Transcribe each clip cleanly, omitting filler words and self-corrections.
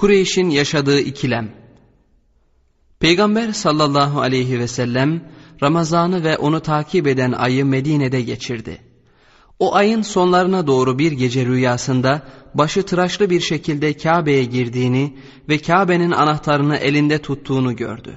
Kureyş'in yaşadığı ikilem. Peygamber sallallahu aleyhi ve sellem Ramazan'ı ve onu takip eden ayı Medine'de geçirdi. O ayın sonlarına doğru bir gece rüyasında başı tıraşlı bir şekilde Kabe'ye girdiğini ve Kabe'nin anahtarını elinde tuttuğunu gördü.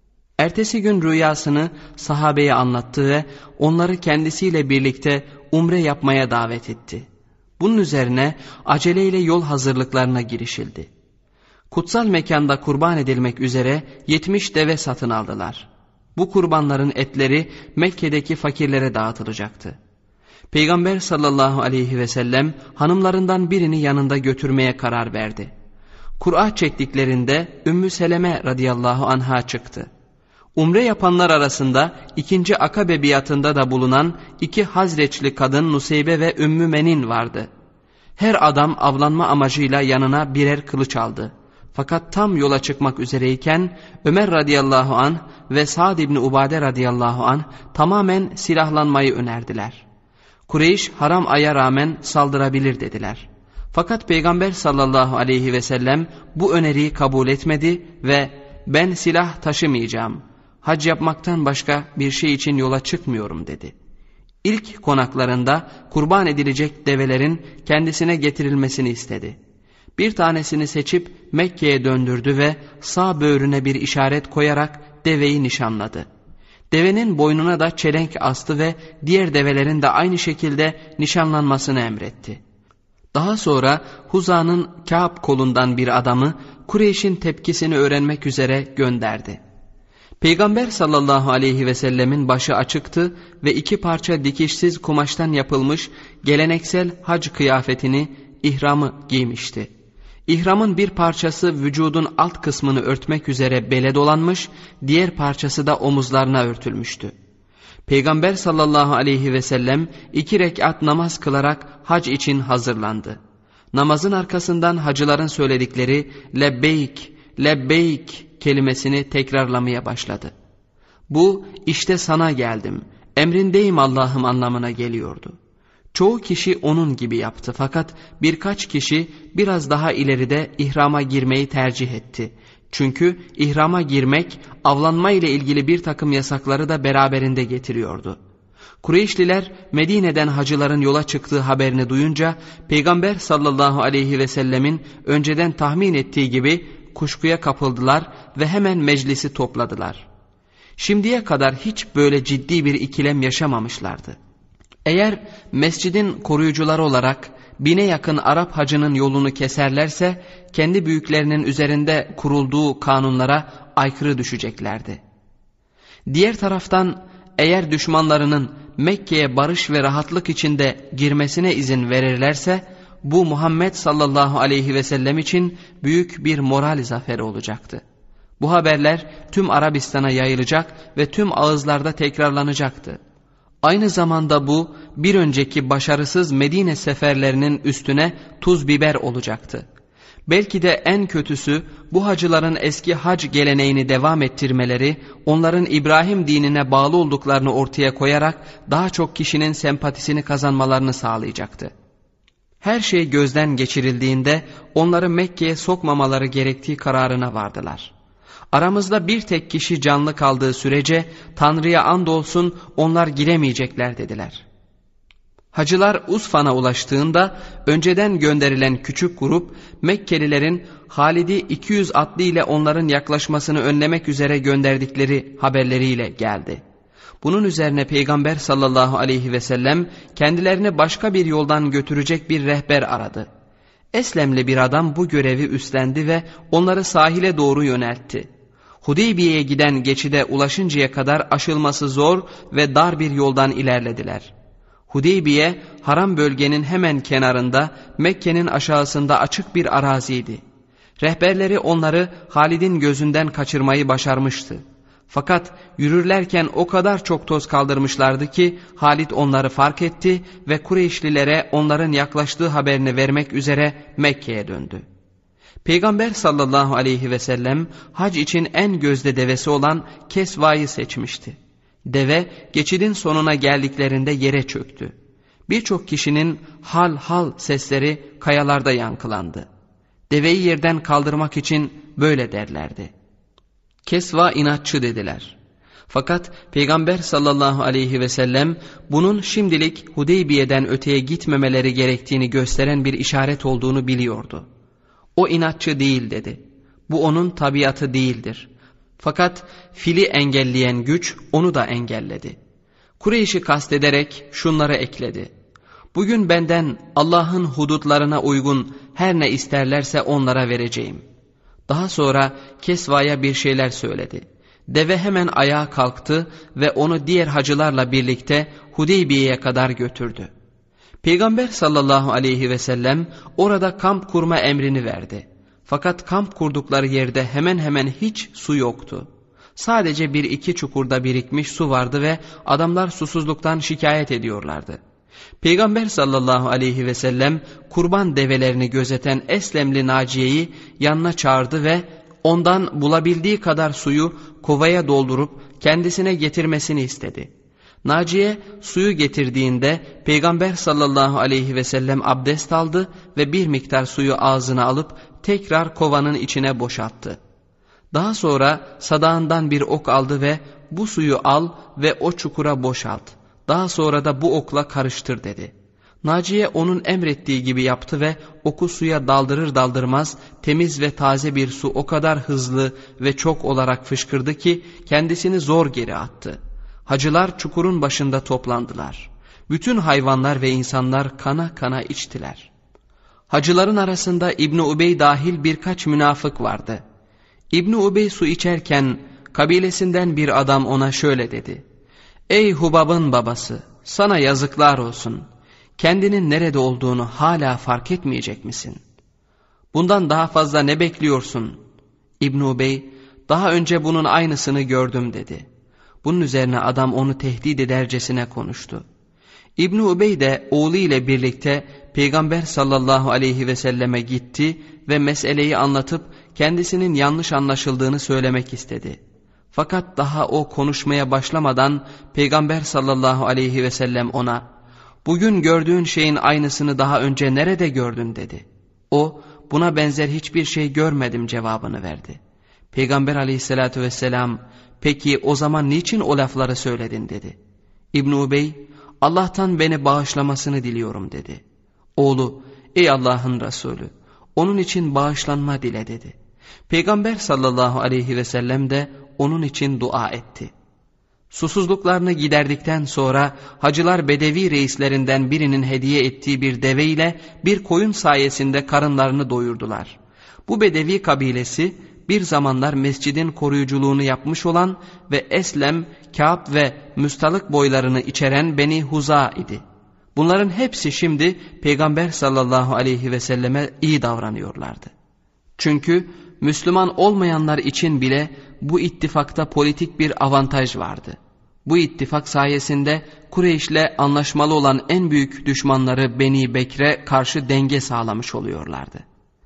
Ertesi gün rüyasını sahabeye anlattı ve onları kendisiyle birlikte umre yapmaya davet etti. Bunun üzerine aceleyle yol hazırlıklarına girişildi. Kutsal mekanda kurban edilmek üzere 70 deve satın aldılar. Bu kurbanların etleri Mekke'deki fakirlere dağıtılacaktı. Peygamber sallallahu aleyhi ve sellem hanımlarından birini yanında götürmeye karar verdi. Kur'a çektiklerinde Ümmü Seleme radıyallahu anha çıktı. Umre yapanlar arasında 2. Akabe biatında da bulunan 2 Hazreçli kadın Nuseybe ve Ümmü Menin vardı. Her adam avlanma amacıyla yanına birer kılıç aldı. Fakat tam yola çıkmak üzereyken Ömer radıyallahu anh ve Sa'd ibn Ubade radıyallahu anh tamamen silahlanmayı önerdiler. Kureyş haram aya rağmen saldırabilir dediler. Fakat Peygamber sallallahu aleyhi ve sellem bu öneriyi kabul etmedi ve ben silah taşımayacağım, hac yapmaktan başka bir şey için yola çıkmıyorum dedi. İlk konaklarında kurban edilecek develerin kendisine getirilmesini istedi. Bir tanesini seçip Mekke'ye döndürdü ve sağ böğrüne bir işaret koyarak deveyi nişanladı. Devenin boynuna da çelenk astı ve diğer develerin de aynı şekilde nişanlanmasını emretti. Daha sonra Huza'nın Kâb kolundan bir adamı Kureyş'in tepkisini öğrenmek üzere gönderdi. Peygamber sallallahu aleyhi ve sellemin başı açıktı ve 2 parça dikişsiz kumaştan yapılmış geleneksel hac kıyafetini, ihramı giymişti. İhramın bir parçası vücudun alt kısmını örtmek üzere bele dolanmış, diğer parçası da omuzlarına örtülmüştü. Peygamber sallallahu aleyhi ve sellem 2 rekat namaz kılarak hac için hazırlandı. Namazın arkasından hacıların söyledikleri lebbeyk, lebbeyk kelimesini tekrarlamaya başladı. Bu işte sana geldim, emrindeyim Allah'ım anlamına geliyordu. Çoğu kişi onun gibi yaptı fakat birkaç kişi biraz daha ileride ihrama girmeyi tercih etti. Çünkü ihrama girmek avlanma ile ilgili bir takım yasakları da beraberinde getiriyordu. Kureyşliler Medine'den hacıların yola çıktığı haberini duyunca Peygamber sallallahu aleyhi ve sellemin önceden tahmin ettiği gibi kuşkuya kapıldılar ve hemen meclisi topladılar. Şimdiye kadar hiç böyle ciddi bir ikilem yaşamamışlardı. Eğer mescidin koruyucuları olarak 1000'e yakın Arap hacının yolunu keserlerse kendi büyüklerinin üzerinde kurulduğu kanunlara aykırı düşeceklerdi. Diğer taraftan eğer düşmanlarının Mekke'ye barış ve rahatlık içinde girmesine izin verirlerse bu Muhammed sallallahu aleyhi ve sellem için büyük bir moral zaferi olacaktı. Bu haberler tüm Arabistan'a yayılacak ve tüm ağızlarda tekrarlanacaktı. Aynı zamanda bu bir önceki başarısız Medine seferlerinin üstüne tuz biber olacaktı. Belki de en kötüsü bu hacıların eski hac geleneğini devam ettirmeleri, onların İbrahim dinine bağlı olduklarını ortaya koyarak daha çok kişinin sempatisini kazanmalarını sağlayacaktı. Her şey gözden geçirildiğinde onları Mekke'ye sokmamaları gerektiği kararına vardılar. Aramızda bir tek kişi canlı kaldığı sürece Tanrı'ya andolsun onlar giremeyecekler dediler. Hacılar Usfan'a ulaştığında önceden gönderilen küçük grup Mekkelilerin Halid'i 200 atlı ile onların yaklaşmasını önlemek üzere gönderdikleri haberleriyle geldi. Bunun üzerine Peygamber sallallahu aleyhi ve sellem kendilerini başka bir yoldan götürecek bir rehber aradı. Eslemli bir adam bu görevi üstlendi ve onları sahile doğru yöneltti. Hudeybiye'ye giden geçide ulaşıncaya kadar aşılması zor ve dar bir yoldan ilerlediler. Hudeybiye, haram bölgenin hemen kenarında Mekke'nin aşağısında açık bir araziydi. Rehberleri onları Halid'in gözünden kaçırmayı başarmıştı. Fakat yürürlerken o kadar çok toz kaldırmışlardı ki Halid onları fark etti ve Kureyşlilere onların yaklaştığı haberini vermek üzere Mekke'ye döndü. Peygamber sallallahu aleyhi ve sellem hac için en gözde devesi olan Kesva'yı seçmişti. Deve geçidin sonuna geldiklerinde yere çöktü. Birçok kişinin hal hal sesleri kayalarda yankılandı. Deveyi yerden kaldırmak için böyle derlerdi. Kesva inatçı dediler. Fakat Peygamber sallallahu aleyhi ve sellem bunun şimdilik Hudeybiye'den öteye gitmemeleri gerektiğini gösteren bir işaret olduğunu biliyordu. O inatçı değil dedi. Bu onun tabiatı değildir. Fakat fili engelleyen güç onu da engelledi. Kureyş'i kastederek şunları ekledi. Bugün benden Allah'ın hudutlarına uygun her ne isterlerse onlara vereceğim. Daha sonra Kesva'ya bir şeyler söyledi. Deve hemen ayağa kalktı ve onu diğer hacılarla birlikte Hudeybiye'ye kadar götürdü. Peygamber sallallahu aleyhi ve sellem orada kamp kurma emrini verdi. Fakat kamp kurdukları yerde hemen hemen hiç su yoktu. Sadece bir iki çukurda birikmiş su vardı ve adamlar susuzluktan şikayet ediyorlardı. Peygamber sallallahu aleyhi ve sellem kurban develerini gözeten Eslemli Naciye'yi yanına çağırdı ve ondan bulabildiği kadar suyu kovaya doldurup kendisine getirmesini istedi. Naciye suyu getirdiğinde Peygamber sallallahu aleyhi ve sellem abdest aldı ve bir miktar suyu ağzına alıp tekrar kovanın içine boşalttı. Daha sonra sadağından bir ok aldı ve bu suyu al ve o çukura boşalt. Daha sonra da bu okla karıştır dedi. Naciye onun emrettiği gibi yaptı ve oku suya daldırır daldırmaz temiz ve taze bir su o kadar hızlı ve çok olarak fışkırdı ki kendisini zor geri attı. Hacılar çukurun başında toplandılar. Bütün hayvanlar ve insanlar kana kana içtiler. Hacıların arasında İbn Ubey dahil birkaç münafık vardı. İbn Ubey su içerken kabilesinden bir adam ona şöyle dedi. Ey Hubab'ın babası, sana yazıklar olsun. Kendinin nerede olduğunu hala fark etmeyecek misin? Bundan daha fazla ne bekliyorsun? İbn Ubey, daha önce bunun aynısını gördüm dedi. Bunun üzerine adam onu tehdit edercesine konuştu. İbn Ubey de oğlu ile birlikte Peygamber sallallahu aleyhi ve selleme gitti ve meseleyi anlatıp kendisinin yanlış anlaşıldığını söylemek istedi. Fakat daha o konuşmaya başlamadan Peygamber sallallahu aleyhi ve sellem ona bugün gördüğün şeyin aynısını daha önce nerede gördün dedi. O buna benzer hiçbir şey görmedim cevabını verdi. Peygamber aleyhissalatü vesselam peki o zaman niçin o lafları söyledin dedi. İbn Ubey Allah'tan beni bağışlamasını diliyorum dedi. Oğlu ey Allah'ın Resulü onun için bağışlanma dile dedi. Peygamber sallallahu aleyhi ve sellem de onun için dua etti. Susuzluklarını giderdikten sonra hacılar Bedevi reislerinden birinin hediye ettiği bir deve ile bir koyun sayesinde karınlarını doyurdular. Bu Bedevi kabilesi bir zamanlar mescidin koruyuculuğunu yapmış olan ve Eslem, Kâb ve Müstalık boylarını içeren Beni Huza idi. Bunların hepsi şimdi Peygamber sallallahu aleyhi ve selleme iyi davranıyorlardı. Çünkü Müslüman olmayanlar için bile bu ittifakta politik bir avantaj vardı. Bu ittifak sayesinde Kureyş'le anlaşmalı olan en büyük düşmanları Beni Bekre karşı denge sağlamış oluyorlardı.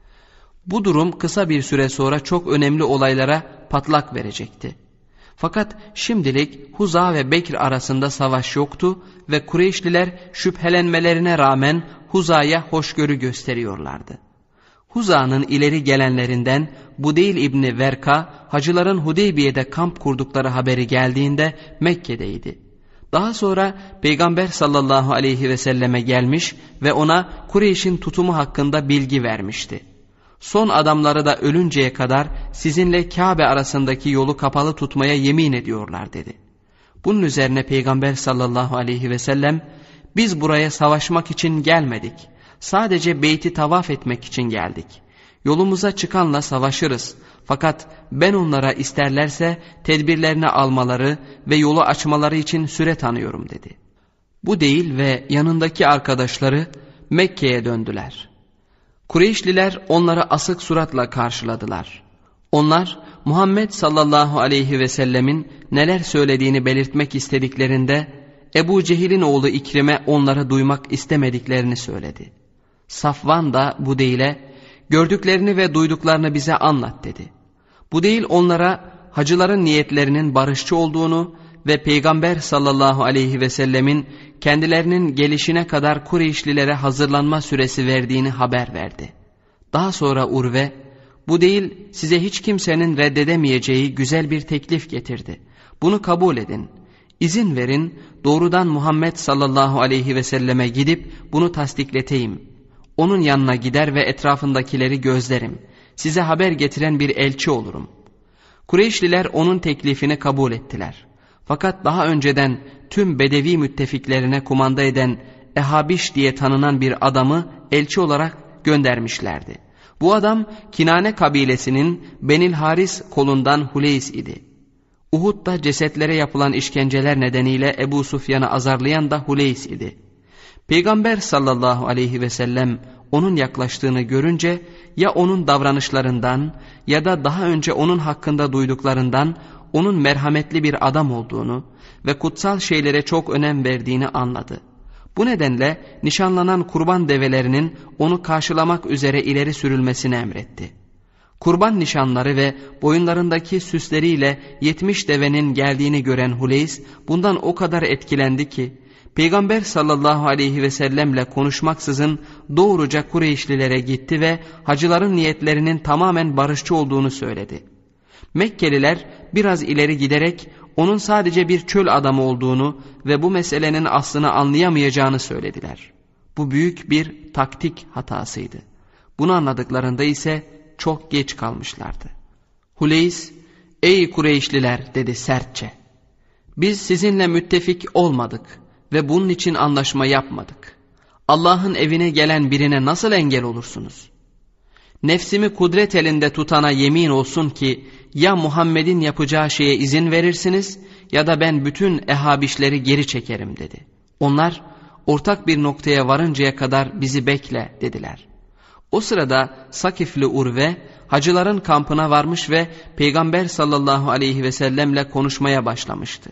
Bu durum kısa bir süre sonra çok önemli olaylara patlak verecekti. Fakat şimdilik Huza ve Bekr arasında savaş yoktu ve Kureyşliler şüphelenmelerine rağmen Huza'ya hoşgörü gösteriyorlardı. Huza'nın ileri gelenlerinden Budeyl İbni Verka, hacıların Hudeybiye'de kamp kurdukları haberi geldiğinde Mekke'deydi. Daha sonra Peygamber sallallahu aleyhi ve selleme gelmiş ve ona Kureyş'in tutumu hakkında bilgi vermişti. Son adamları da ölünceye kadar sizinle Kabe arasındaki yolu kapalı tutmaya yemin ediyorlar dedi. Bunun üzerine Peygamber sallallahu aleyhi ve sellem biz buraya savaşmak için gelmedik. Sadece beyti tavaf etmek için geldik. Yolumuza çıkanla savaşırız. Fakat ben onlara isterlerse tedbirlerini almaları ve yolu açmaları için süre tanıyorum dedi. Bu değil ve yanındaki arkadaşları Mekke'ye döndüler. Kureyşliler onları asık suratla karşıladılar. Onlar Muhammed sallallahu aleyhi ve sellemin neler söylediğini belirtmek istediklerinde Ebu Cehil'in oğlu İkrim'e onları duymak istemediklerini söyledi. Safvan da Budeyl'e gördüklerini ve duyduklarını bize anlat dedi. Budeyl onlara hacıların niyetlerinin barışçı olduğunu ve Peygamber sallallahu aleyhi ve sellemin kendilerinin gelişine kadar Kureyşlilere hazırlanma süresi verdiğini haber verdi. Daha sonra Urve, bu değil size hiç kimsenin reddedemeyeceği güzel bir teklif getirdi. Bunu kabul edin. İzin verin doğrudan Muhammed sallallahu aleyhi ve selleme gidip bunu tasdikleteyim. Onun yanına gider ve etrafındakileri gözlerim. Size haber getiren bir elçi olurum. Kureyşliler onun teklifini kabul ettiler. Fakat daha önceden tüm Bedevi müttefiklerine kumanda eden Ehabiş diye tanınan bir adamı elçi olarak göndermişlerdi. Bu adam Kinane kabilesinin Benil Haris kolundan Huleys idi. Uhud'da cesetlere yapılan işkenceler nedeniyle Ebu Sufyan'ı azarlayan da Huleys idi. Peygamber sallallahu aleyhi ve sellem onun yaklaştığını görünce ya onun davranışlarından ya da daha önce onun hakkında duyduklarından onun merhametli bir adam olduğunu ve kutsal şeylere çok önem verdiğini anladı. Bu nedenle nişanlanan kurban develerinin onu karşılamak üzere ileri sürülmesini emretti. Kurban nişanları ve boyunlarındaki süsleriyle 70 devenin geldiğini gören Huleys bundan o kadar etkilendi ki Peygamber sallallahu aleyhi ve sellemle konuşmaksızın doğruca Kureyşlilere gitti ve hacıların niyetlerinin tamamen barışçı olduğunu söyledi. Mekkeliler biraz ileri giderek onun sadece bir çöl adamı olduğunu ve bu meselenin aslını anlayamayacağını söylediler. Bu büyük bir taktik hatasıydı. Bunu anladıklarında ise çok geç kalmışlardı. Huleys, "Ey Kureyşliler," dedi sertçe. "Biz sizinle müttefik olmadık ve bunun için anlaşma yapmadık. Allah'ın evine gelen birine nasıl engel olursunuz? Nefsimi kudret elinde tutana yemin olsun ki ya Muhammed'in yapacağı şeye izin verirsiniz ya da ben bütün ehabişleri geri çekerim," dedi. Onlar ortak bir noktaya varıncaya kadar bizi bekle dediler. O sırada Sakifli Urve hacıların kampına varmış ve Peygamber sallallahu aleyhi ve sellemle konuşmaya başlamıştı.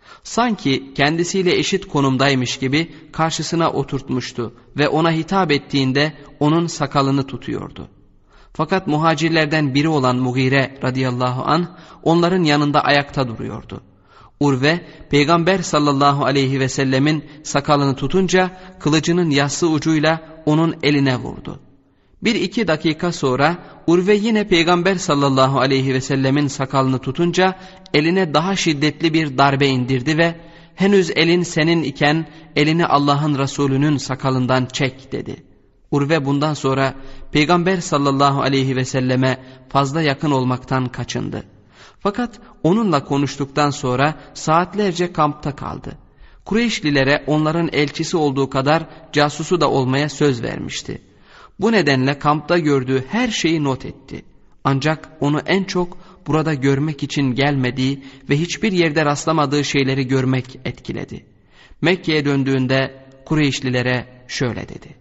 Sanki kendisiyle eşit konumdaymış gibi karşısına oturtmuştu ve ona hitap ettiğinde onun sakalını tutuyordu. Fakat muhacirlerden biri olan Mugire radıyallahu anh onların yanında ayakta duruyordu. Urve Peygamber sallallahu aleyhi ve sellemin sakalını tutunca kılıcının yassı ucuyla onun eline vurdu. 1-2 dakika sonra Urve yine Peygamber sallallahu aleyhi ve sellemin sakalını tutunca eline daha şiddetli bir darbe indirdi ve "Henüz elin senin iken elini Allah'ın Resulü'nün sakalından çek," dedi. Urve bundan sonra Peygamber sallallahu aleyhi ve selleme fazla yakın olmaktan kaçındı. Fakat onunla konuştuktan sonra saatlerce kampta kaldı. Kureyşlilere onların elçisi olduğu kadar casusu da olmaya söz vermişti. Bu nedenle kampta gördüğü her şeyi not etti. Ancak onu en çok burada görmek için gelmediği ve hiçbir yerde rastlamadığı şeyleri görmek etkiledi. Mekke'ye döndüğünde Kureyşlilere şöyle dedi: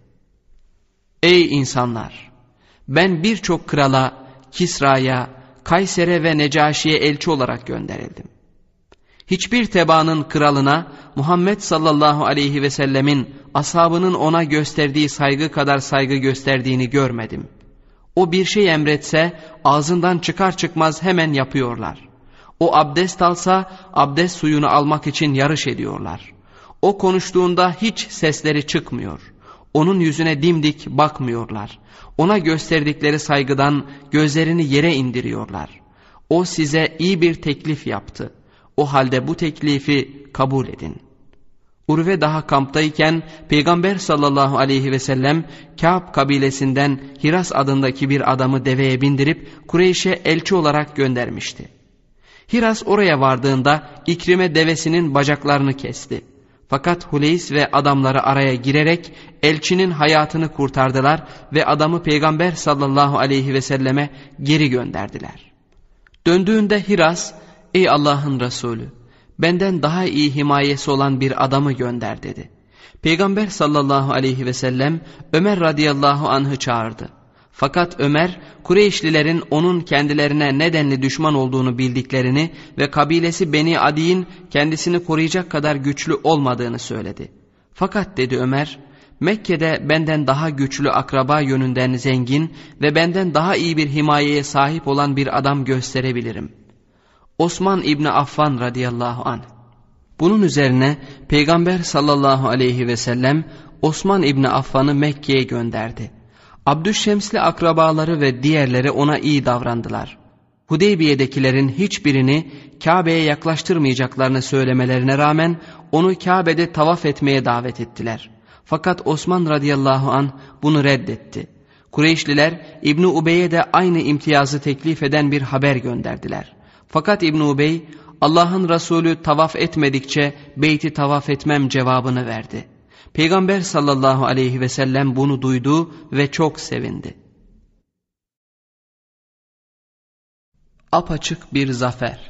"Ey insanlar! Ben birçok krala, Kisra'ya, Kayser'e ve Necaşi'ye elçi olarak gönderildim. Hiçbir tebaanın kralına Muhammed sallallahu aleyhi ve sellemin ashabının ona gösterdiği saygı kadar saygı gösterdiğini görmedim. O bir şey emretse ağzından çıkar çıkmaz hemen yapıyorlar. O abdest alsa abdest suyunu almak için yarış ediyorlar. O konuştuğunda hiç sesleri çıkmıyor. Onun yüzüne dimdik bakmıyorlar. Ona gösterdikleri saygıdan gözlerini yere indiriyorlar. O size iyi bir teklif yaptı. O halde bu teklifi kabul edin." Urve daha kamptayken Peygamber sallallahu aleyhi ve sellem Kâb kabilesinden Hiras adındaki bir adamı deveye bindirip Kureyş'e elçi olarak göndermişti. Hiras oraya vardığında İkrime devesinin bacaklarını kesti. Fakat Huleys ve adamları araya girerek elçinin hayatını kurtardılar ve adamı Peygamber sallallahu aleyhi ve selleme geri gönderdiler. Döndüğünde Hiras, "Ey Allah'ın Resulü, benden daha iyi himayesi olan bir adamı gönder," dedi. Peygamber sallallahu aleyhi ve sellem Ömer radıyallahu anh'ı çağırdı. Fakat Ömer Kureyşlilerin onun kendilerine nedenli düşman olduğunu bildiklerini ve kabilesi Beni Adi'nin kendisini koruyacak kadar güçlü olmadığını söyledi. "Fakat," dedi Ömer, "Mekke'de benden daha güçlü akraba yönünden zengin ve benden daha iyi bir himayeye sahip olan bir adam gösterebilirim. Osman İbni Affan radıyallahu anh." Bunun üzerine Peygamber sallallahu aleyhi ve sellem Osman İbni Affan'ı Mekke'ye gönderdi. Abdüşşems'li akrabaları ve diğerleri ona iyi davrandılar. Hudeybiye'dekilerin hiçbirini Kabe'ye yaklaştırmayacaklarını söylemelerine rağmen onu Kabe'de tavaf etmeye davet ettiler. Fakat Osman radıyallahu anh bunu reddetti. Kureyşliler İbn Ubey'e de aynı imtiyazı teklif eden bir haber gönderdiler. Fakat İbn Ubey, Allah'ın Resulü tavaf etmedikçe beyti tavaf etmem cevabını verdi. Peygamber sallallahu aleyhi ve sellem bunu duydu ve çok sevindi. Apaçık bir zafer.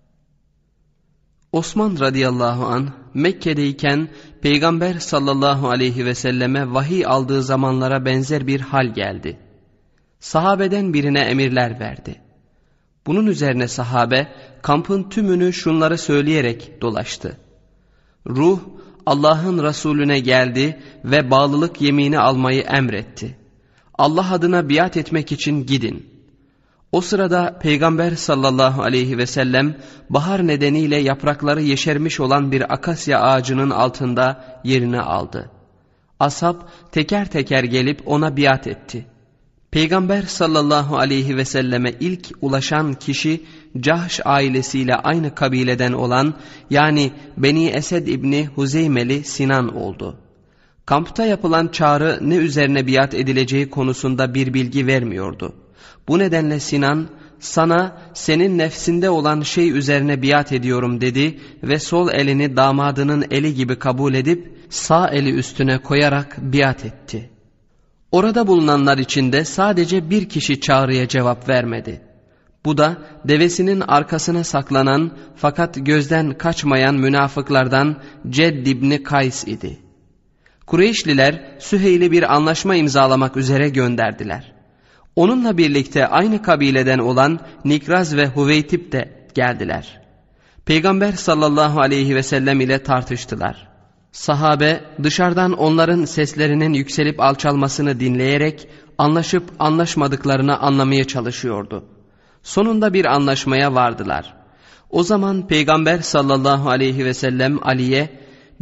Osman radıyallahu anh Mekke'deyken Peygamber sallallahu aleyhi ve selleme vahiy aldığı zamanlara benzer bir hal geldi. Sahabeden birine emirler verdi. Bunun üzerine sahabe kampın tümünü şunları söyleyerek dolaştı. Ruh Allah'ın Resulüne geldi ve bağlılık yemini almayı emretti. Allah adına biat etmek için gidin. O sırada Peygamber sallallahu aleyhi ve sellem bahar nedeniyle yaprakları yeşermiş olan bir akasya ağacının altında yerini aldı. Ashab teker teker gelip ona biat etti. Peygamber sallallahu aleyhi ve selleme ilk ulaşan kişi Cahş ailesiyle aynı kabileden olan yani Beni Esed İbni Huzeymeli Sinan oldu. Kampta yapılan çağrı ne üzerine biat edileceği konusunda bir bilgi vermiyordu. Bu nedenle Sinan, sana senin nefsinde olan şey üzerine biat ediyorum dedi ve sol elini damadının eli gibi kabul edip sağ eli üstüne koyarak biat etti. Orada bulunanlar içinde sadece bir kişi çağrıya cevap vermedi. Bu da devesinin arkasına saklanan fakat gözden kaçmayan münafıklardan Cedd İbni Kays idi. Kureyşliler Süheyl'i bir anlaşma imzalamak üzere gönderdiler. Onunla birlikte aynı kabileden olan Nikraz ve Huveytip de geldiler. Peygamber sallallahu aleyhi ve sellem ile tartıştılar. Sahabe dışarıdan onların seslerinin yükselip alçalmasını dinleyerek anlaşıp anlaşmadıklarını anlamaya çalışıyordu. Sonunda bir anlaşmaya vardılar. O zaman Peygamber sallallahu aleyhi ve sellem Ali'ye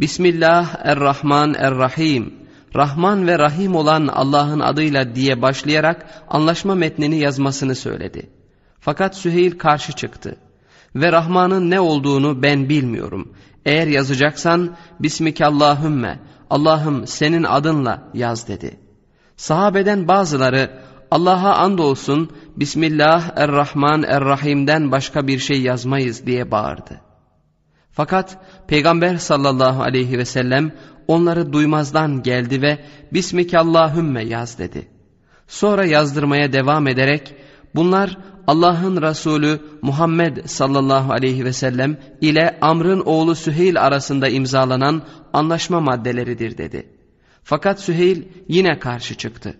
Bismillahirrahmanirrahim, Rahman ve Rahim olan Allah'ın adıyla diye başlayarak anlaşma metnini yazmasını söyledi. Fakat Süheyl karşı çıktı. Ve Rahman'ın ne olduğunu ben bilmiyorum. Eğer yazacaksan Bismikallahümme, Allah'ım senin adınla yaz dedi. Sahabeden bazıları Allah'a andolsun Bismillahirrahmanirrahim'den başka bir şey yazmayız diye bağırdı. Fakat Peygamber sallallahu aleyhi ve sellem onları duymazdan geldi ve Bismikallahümme yaz dedi. Sonra yazdırmaya devam ederek bunlar Allah'ın Resulü Muhammed sallallahu aleyhi ve sellem ile Amr'ın oğlu Süheyl arasında imzalanan anlaşma maddeleridir dedi. Fakat Süheyl yine karşı çıktı.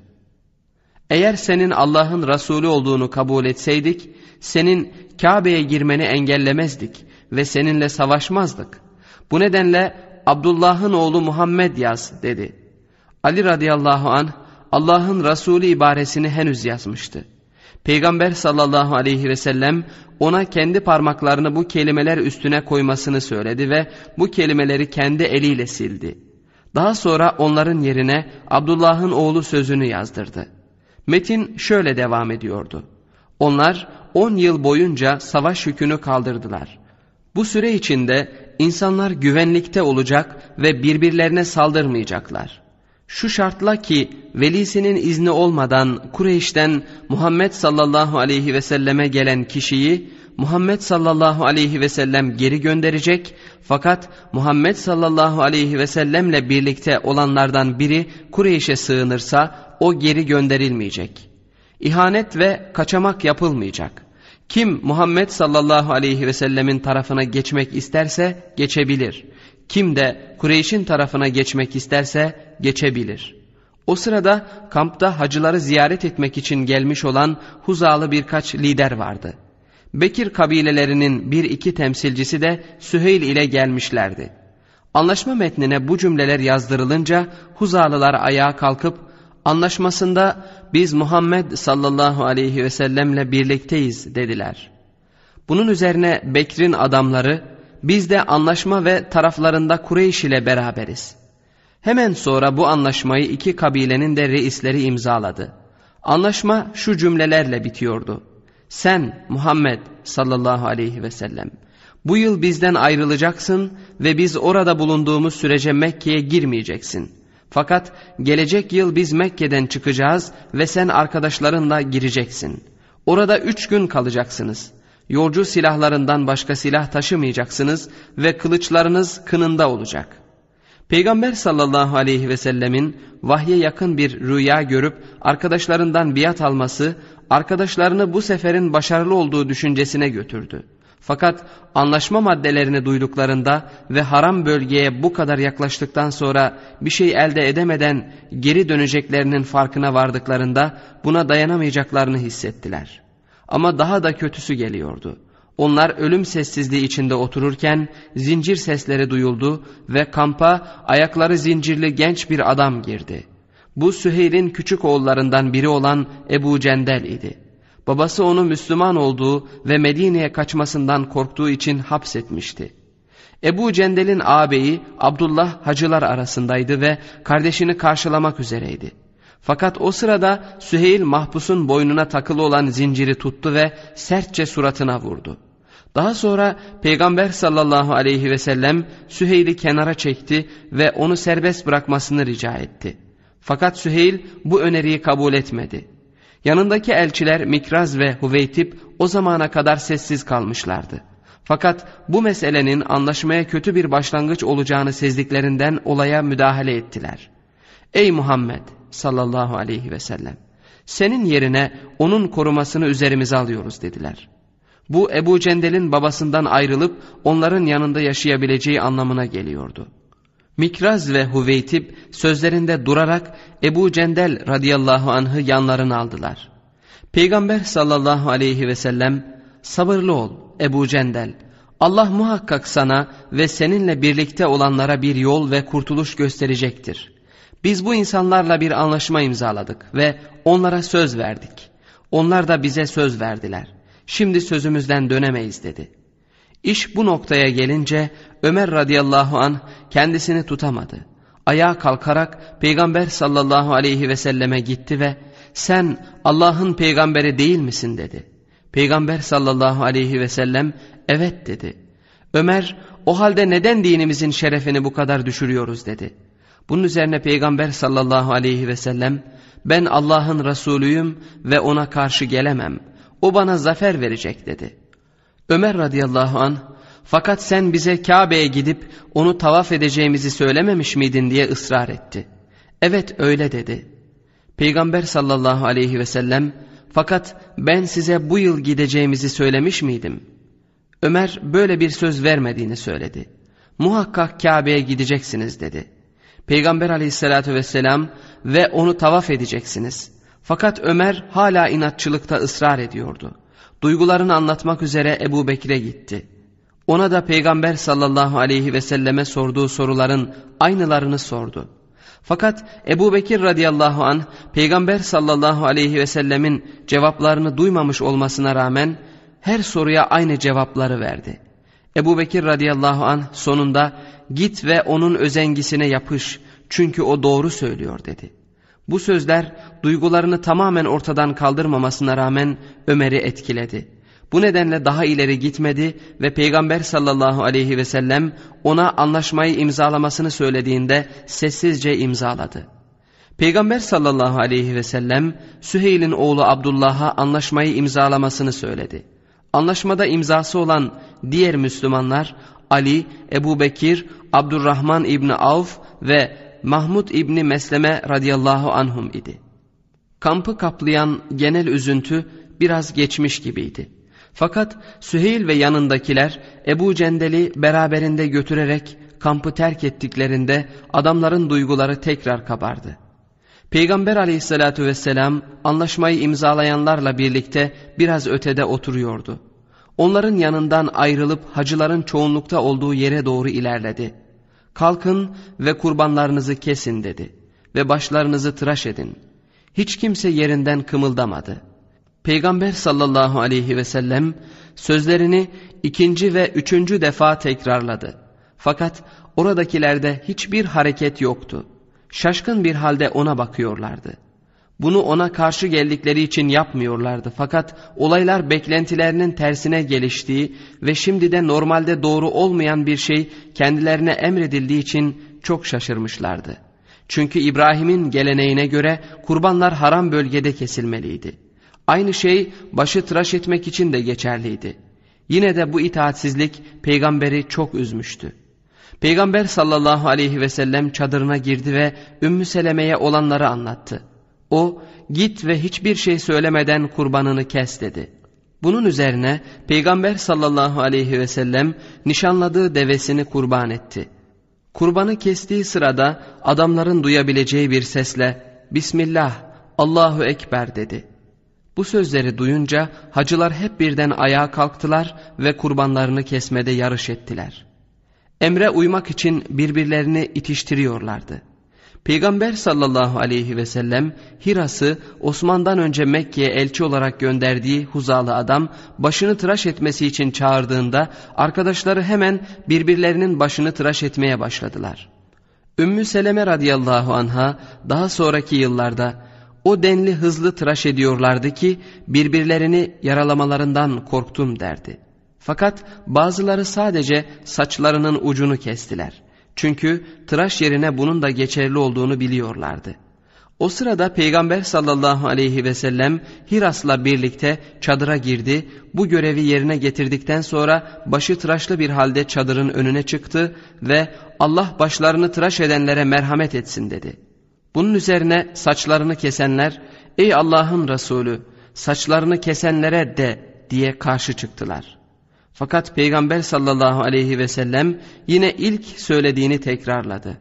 Eğer senin Allah'ın Resulü olduğunu kabul etseydik, senin Kabe'ye girmeni engellemezdik ve seninle savaşmazdık. Bu nedenle Abdullah'ın oğlu Muhammed yaz dedi. Ali radıyallahu anh Allah'ın Resulü ibaresini henüz yazmıştı. Peygamber sallallahu aleyhi ve sellem ona kendi parmaklarını bu kelimeler üstüne koymasını söyledi ve bu kelimeleri kendi eliyle sildi. Daha sonra onların yerine Abdullah'ın oğlu sözünü yazdırdı. Metin şöyle devam ediyordu. Onlar 10 yıl boyunca savaş yükünü kaldırdılar. Bu süre içinde insanlar güvenlikte olacak ve birbirlerine saldırmayacaklar. Şu şartla ki velisinin izni olmadan Kureyş'ten Muhammed sallallahu aleyhi ve selleme gelen kişiyi Muhammed sallallahu aleyhi ve sellem geri gönderecek, fakat Muhammed sallallahu aleyhi ve sellemle birlikte olanlardan biri Kureyş'e sığınırsa o geri gönderilmeyecek. İhanet ve kaçamak yapılmayacak. Kim Muhammed sallallahu aleyhi ve sellemin tarafına geçmek isterse geçebilir. Kim de Kureyş'in tarafına geçmek isterse geçebilir. O sırada kampta hacıları ziyaret etmek için gelmiş olan Huzalı birkaç lider vardı. Bekir kabilelerinin 1-2 temsilcisi de Süheyl ile gelmişlerdi. Anlaşma metnine bu cümleler yazdırılınca Huzalılar ayağa kalkıp anlaşmasında biz Muhammed sallallahu aleyhi ve sellemle birlikteyiz dediler. Bunun üzerine Bekir'in adamları biz de anlaşma ve taraflarında Kureyş ile beraberiz. Hemen sonra bu anlaşmayı 2 kabilenin de reisleri imzaladı. Anlaşma şu cümlelerle bitiyordu: sen Muhammed sallallahu aleyhi ve sellem, bu yıl bizden ayrılacaksın ve biz orada bulunduğumuz sürece Mekke'ye girmeyeceksin. Fakat gelecek yıl biz Mekke'den çıkacağız ve sen arkadaşlarınla gireceksin. Orada 3 gün kalacaksınız. Yolcu silahlarından başka silah taşımayacaksınız ve kılıçlarınız kınında olacak. Peygamber sallallahu aleyhi ve sellemin vahye yakın bir rüya görüp arkadaşlarından biat alması, arkadaşlarını bu seferin başarılı olduğu düşüncesine götürdü. Fakat anlaşma maddelerini duyduklarında ve haram bölgeye bu kadar yaklaştıktan sonra bir şey elde edemeden geri döneceklerinin farkına vardıklarında buna dayanamayacaklarını hissettiler. Ama daha da kötüsü geliyordu. Onlar ölüm sessizliği içinde otururken zincir sesleri duyuldu ve kampa ayakları zincirli genç bir adam girdi. Bu Süheyl'in küçük oğullarından biri olan Ebu Cendel idi. Babası onu Müslüman olduğu ve Medine'ye kaçmasından korktuğu için hapsetmişti. Ebu Cendel'in ağabeyi Abdullah hacılar arasındaydı ve kardeşini karşılamak üzereydi. Fakat o sırada Süheyl mahpusun boynuna takılı olan zinciri tuttu ve sertçe suratına vurdu. Daha sonra Peygamber sallallahu aleyhi ve sellem Süheyl'i kenara çekti ve onu serbest bırakmasını rica etti. Fakat Süheyl bu öneriyi kabul etmedi. Yanındaki elçiler Mikraz ve Huveytip o zamana kadar sessiz kalmışlardı. Fakat bu meselenin anlaşmaya kötü bir başlangıç olacağını sezdiklerinden olaya müdahale ettiler. Ey Muhammed sallallahu aleyhi ve sellem, senin yerine onun korumasını üzerimize alıyoruz dediler. Bu Ebu Cendel'in babasından ayrılıp onların yanında yaşayabileceği anlamına geliyordu. Mikraz ve Huveytip sözlerinde durarak Ebu Cendel radıyallahu anh'ı yanlarına aldılar. Peygamber sallallahu aleyhi ve sellem, sabırlı ol Ebu Cendel, Allah muhakkak sana ve seninle birlikte olanlara bir yol ve kurtuluş gösterecektir. Biz bu insanlarla bir anlaşma imzaladık ve onlara söz verdik. Onlar da bize söz verdiler. Şimdi sözümüzden dönemeyiz dedi. İş bu noktaya gelince Ömer radıyallahu anh kendisini tutamadı. Ayağa kalkarak Peygamber sallallahu aleyhi ve selleme gitti ve sen Allah'ın peygamberi değil misin dedi. Peygamber sallallahu aleyhi ve sellem evet dedi. Ömer o halde neden dinimizin şerefini bu kadar düşürüyoruz dedi. Bunun üzerine Peygamber sallallahu aleyhi ve sellem ben Allah'ın Resulüyüm ve ona karşı gelemem. O bana zafer verecek dedi. Ömer radıyallahu anh fakat sen bize Kabe'ye gidip onu tavaf edeceğimizi söylememiş miydin diye ısrar etti. Evet öyle dedi. Peygamber sallallahu aleyhi ve sellem fakat ben size bu yıl gideceğimizi söylemiş miydim? Ömer böyle bir söz vermediğini söyledi. Muhakkak Kabe'ye gideceksiniz dedi. Peygamber aleyhissalatü vesselam ve onu tavaf edeceksiniz. Fakat Ömer hala inatçılıkta ısrar ediyordu. Duygularını anlatmak üzere Ebu Bekir'e gitti. Ona da Peygamber sallallahu aleyhi ve selleme sorduğu soruların aynılarını sordu. Fakat Ebu Bekir radıyallahu anh Peygamber sallallahu aleyhi ve sellemin cevaplarını duymamış olmasına rağmen her soruya aynı cevapları verdi. Ebu Bekir radıyallahu anh sonunda git ve onun özengisine yapış çünkü o doğru söylüyor dedi. Bu sözler duygularını tamamen ortadan kaldırmamasına rağmen Ömer'i etkiledi. Bu nedenle daha ileri gitmedi ve Peygamber sallallahu aleyhi ve sellem ona anlaşmayı imzalamasını söylediğinde sessizce imzaladı. Peygamber sallallahu aleyhi ve sellem Süheyl'in oğlu Abdullah'a anlaşmayı imzalamasını söyledi. Anlaşmada imzası olan diğer Müslümanlar Ali, Ebu Bekir, Abdurrahman İbni Avf ve Mahmud İbni Mesleme radıyallahu anhum idi. Kampı kaplayan genel üzüntü biraz geçmiş gibiydi. Fakat Süheyl ve yanındakiler Ebu Cendel'i beraberinde götürerek kampı terk ettiklerinde adamların duyguları tekrar kabardı. Peygamber aleyhissalatü vesselam anlaşmayı imzalayanlarla birlikte biraz ötede oturuyordu. Onların yanından ayrılıp hacıların çoğunlukta olduğu yere doğru ilerledi. Kalkın ve kurbanlarınızı kesin dedi ve başlarınızı tıraş edin. Hiç kimse yerinden kımıldamadı. Peygamber sallallahu aleyhi ve sellem sözlerini 2. ve 3. defa tekrarladı. Fakat oradakilerde hiçbir hareket yoktu. Şaşkın bir halde ona bakıyorlardı. Bunu ona karşı geldikleri için yapmıyorlardı. Fakat olaylar beklentilerinin tersine geliştiği ve şimdi de normalde doğru olmayan bir şey kendilerine emredildiği için çok şaşırmışlardı. Çünkü İbrahim'in geleneğine göre kurbanlar haram bölgede kesilmeliydi. Aynı şey başı tıraş etmek için de geçerliydi. Yine de bu itaatsizlik peygamberi çok üzmüştü. Peygamber sallallahu aleyhi ve sellem çadırına girdi ve Ümmü Seleme'ye olanları anlattı. O, git ve hiçbir şey söylemeden kurbanını kes dedi. Bunun üzerine Peygamber sallallahu aleyhi ve sellem nişanladığı devesini kurban etti. Kurbanı kestiği sırada adamların duyabileceği bir sesle Bismillah, Allahu Ekber dedi. Bu sözleri duyunca hacılar hep birden ayağa kalktılar ve kurbanlarını kesmede yarış ettiler. Emre uymak için birbirlerini itiştiriyorlardı. Peygamber sallallahu aleyhi ve sellem Hiras'ı Osman'dan önce Mekke'ye elçi olarak gönderdiği Huzalı adam başını tıraş etmesi için çağırdığında arkadaşları hemen birbirlerinin başını tıraş etmeye başladılar. Ümmü Seleme radıyallahu anha daha sonraki yıllarda o denli hızlı tıraş ediyorlardı ki birbirlerini yaralamalarından korktum derdi. Fakat bazıları sadece saçlarının ucunu kestiler. Çünkü tıraş yerine bunun da geçerli olduğunu biliyorlardı. O sırada Peygamber sallallahu aleyhi ve sellem Hiras'la birlikte çadıra girdi. Bu görevi yerine getirdikten sonra başı tıraşlı bir halde çadırın önüne çıktı ve Allah başlarını tıraş edenlere merhamet etsin dedi. Bunun üzerine saçlarını kesenler, ey Allah'ın Resulü, saçlarını kesenlere de diye karşı çıktılar. Fakat Peygamber sallallahu aleyhi ve sellem yine ilk söylediğini tekrarladı.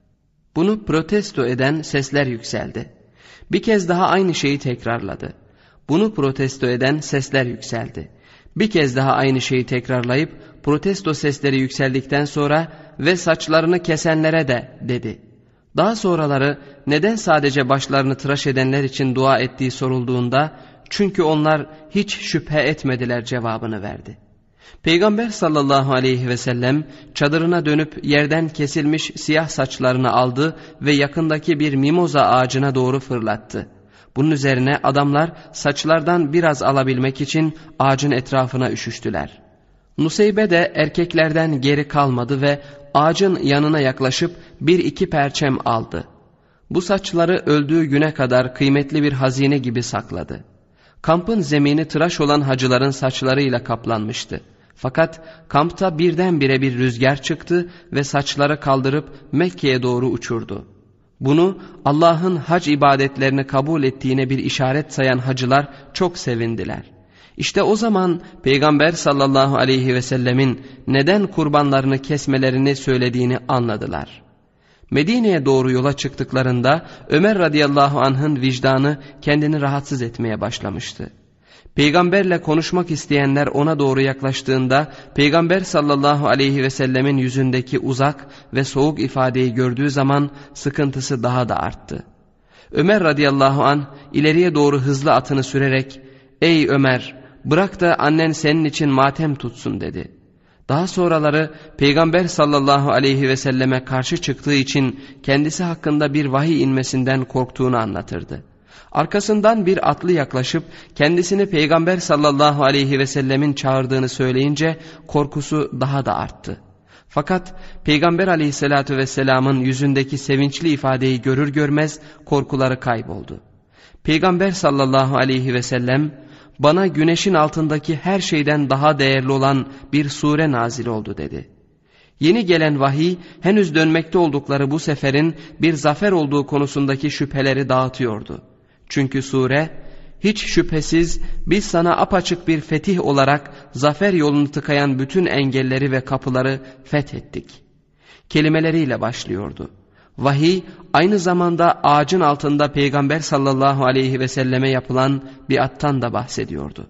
Bunu protesto eden sesler yükseldi. Bir kez daha aynı şeyi tekrarladı. Bunu protesto eden sesler yükseldi. Bir kez daha aynı şeyi tekrarlayıp protesto sesleri yükseldikten sonra ve saçlarını kesenlere de dedi. Daha sonraları neden sadece başlarını tıraş edenler için dua ettiği sorulduğunda çünkü onlar hiç şüphe etmediler cevabını verdi. Peygamber sallallahu aleyhi ve sellem çadırına dönüp yerden kesilmiş siyah saçlarını aldı ve yakındaki bir mimoza ağacına doğru fırlattı. Bunun üzerine adamlar saçlardan biraz alabilmek için ağacın etrafına üşüştüler. Nuseybe de erkeklerden geri kalmadı ve ağacın yanına yaklaşıp bir iki perçem aldı. Bu saçları öldüğü güne kadar kıymetli bir hazine gibi sakladı. Kampın zemini tıraş olan hacıların saçlarıyla kaplanmıştı. Fakat kampta birdenbire bir rüzgar çıktı ve saçları kaldırıp Mekke'ye doğru uçurdu. Bunu Allah'ın hac ibadetlerini kabul ettiğine bir işaret sayan hacılar çok sevindiler. İşte o zaman Peygamber sallallahu aleyhi ve sellemin neden kurbanlarını kesmelerini söylediğini anladılar. Medine'ye doğru yola çıktıklarında Ömer radıyallahu anh'ın vicdanı kendini rahatsız etmeye başlamıştı. Peygamberle konuşmak isteyenler ona doğru yaklaştığında Peygamber sallallahu aleyhi ve sellemin yüzündeki uzak ve soğuk ifadeyi gördüğü zaman sıkıntısı daha da arttı. Ömer radıyallahu anh ileriye doğru hızlı atını sürerek "Ey Ömer, bırak da annen senin için matem tutsun" dedi. Daha sonraları Peygamber sallallahu aleyhi ve selleme karşı çıktığı için kendisi hakkında bir vahiy inmesinden korktuğunu anlatırdı. Arkasından bir atlı yaklaşıp kendisini Peygamber sallallahu aleyhi ve sellemin çağırdığını söyleyince korkusu daha da arttı. Fakat Peygamber aleyhissalatü vesselamın yüzündeki sevinçli ifadeyi görür görmez korkuları kayboldu. Peygamber sallallahu aleyhi ve sellem "Bana güneşin altındaki her şeyden daha değerli olan bir sure nazil oldu" dedi. Yeni gelen vahiy henüz dönmekte oldukları bu seferin bir zafer olduğu konusundaki şüpheleri dağıtıyordu. Çünkü sure "Hiç şüphesiz biz sana apaçık bir fetih olarak zafer yolunu tıkayan bütün engelleri ve kapıları fethettik" kelimeleriyle başlıyordu. Vahiy aynı zamanda ağacın altında Peygamber sallallahu aleyhi ve selleme yapılan biattan da bahsediyordu.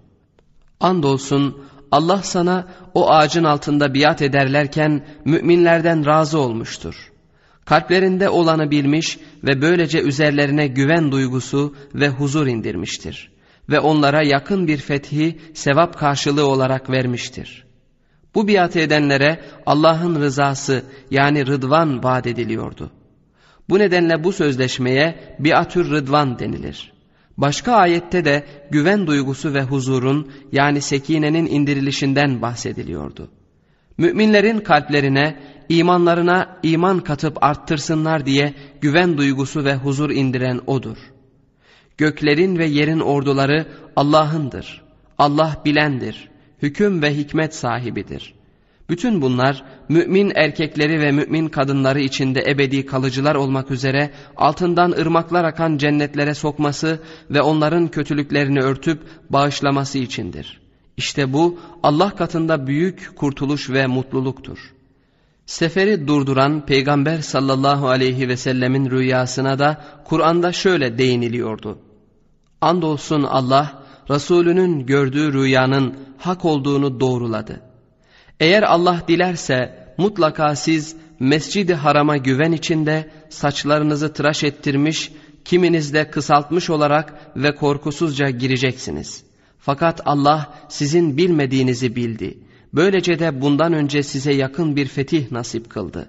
Andolsun Allah sana o ağacın altında biat ederlerken müminlerden razı olmuştur. Kalplerinde olanı bilmiş ve böylece üzerlerine güven duygusu ve huzur indirmiştir. Ve onlara yakın bir fethi sevap karşılığı olarak vermiştir. Bu biat edenlere Allah'ın rızası yani rıdvan vaat ediliyordu. Bu nedenle bu sözleşmeye biatür rıdvan denilir. Başka ayette de güven duygusu ve huzurun yani sekinenin indirilişinden bahsediliyordu. Müminlerin kalplerine, imanlarına iman katıp arttırsınlar diye güven duygusu ve huzur indiren O'dur. Göklerin ve yerin orduları Allah'ındır. Allah bilendir, hüküm ve hikmet sahibidir. Bütün bunlar mümin erkekleri ve mümin kadınları içinde ebedi kalıcılar olmak üzere altından ırmaklar akan cennetlere sokması ve onların kötülüklerini örtüp bağışlaması içindir. İşte bu Allah katında büyük kurtuluş ve mutluluktur. Seferi durduran Peygamber sallallahu aleyhi ve sellemin rüyasına da Kur'an'da şöyle değiniliyordu. Andolsun Allah, Resulünün gördüğü rüyanın hak olduğunu doğruladı. Eğer Allah dilerse mutlaka siz Mescid-i Haram'a güven içinde saçlarınızı tıraş ettirmiş, kiminiz de kısaltmış olarak ve korkusuzca gireceksiniz. Fakat Allah sizin bilmediğinizi bildi. Böylece de bundan önce size yakın bir fetih nasip kıldı.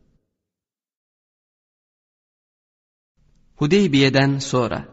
Hudeybiye'den sonra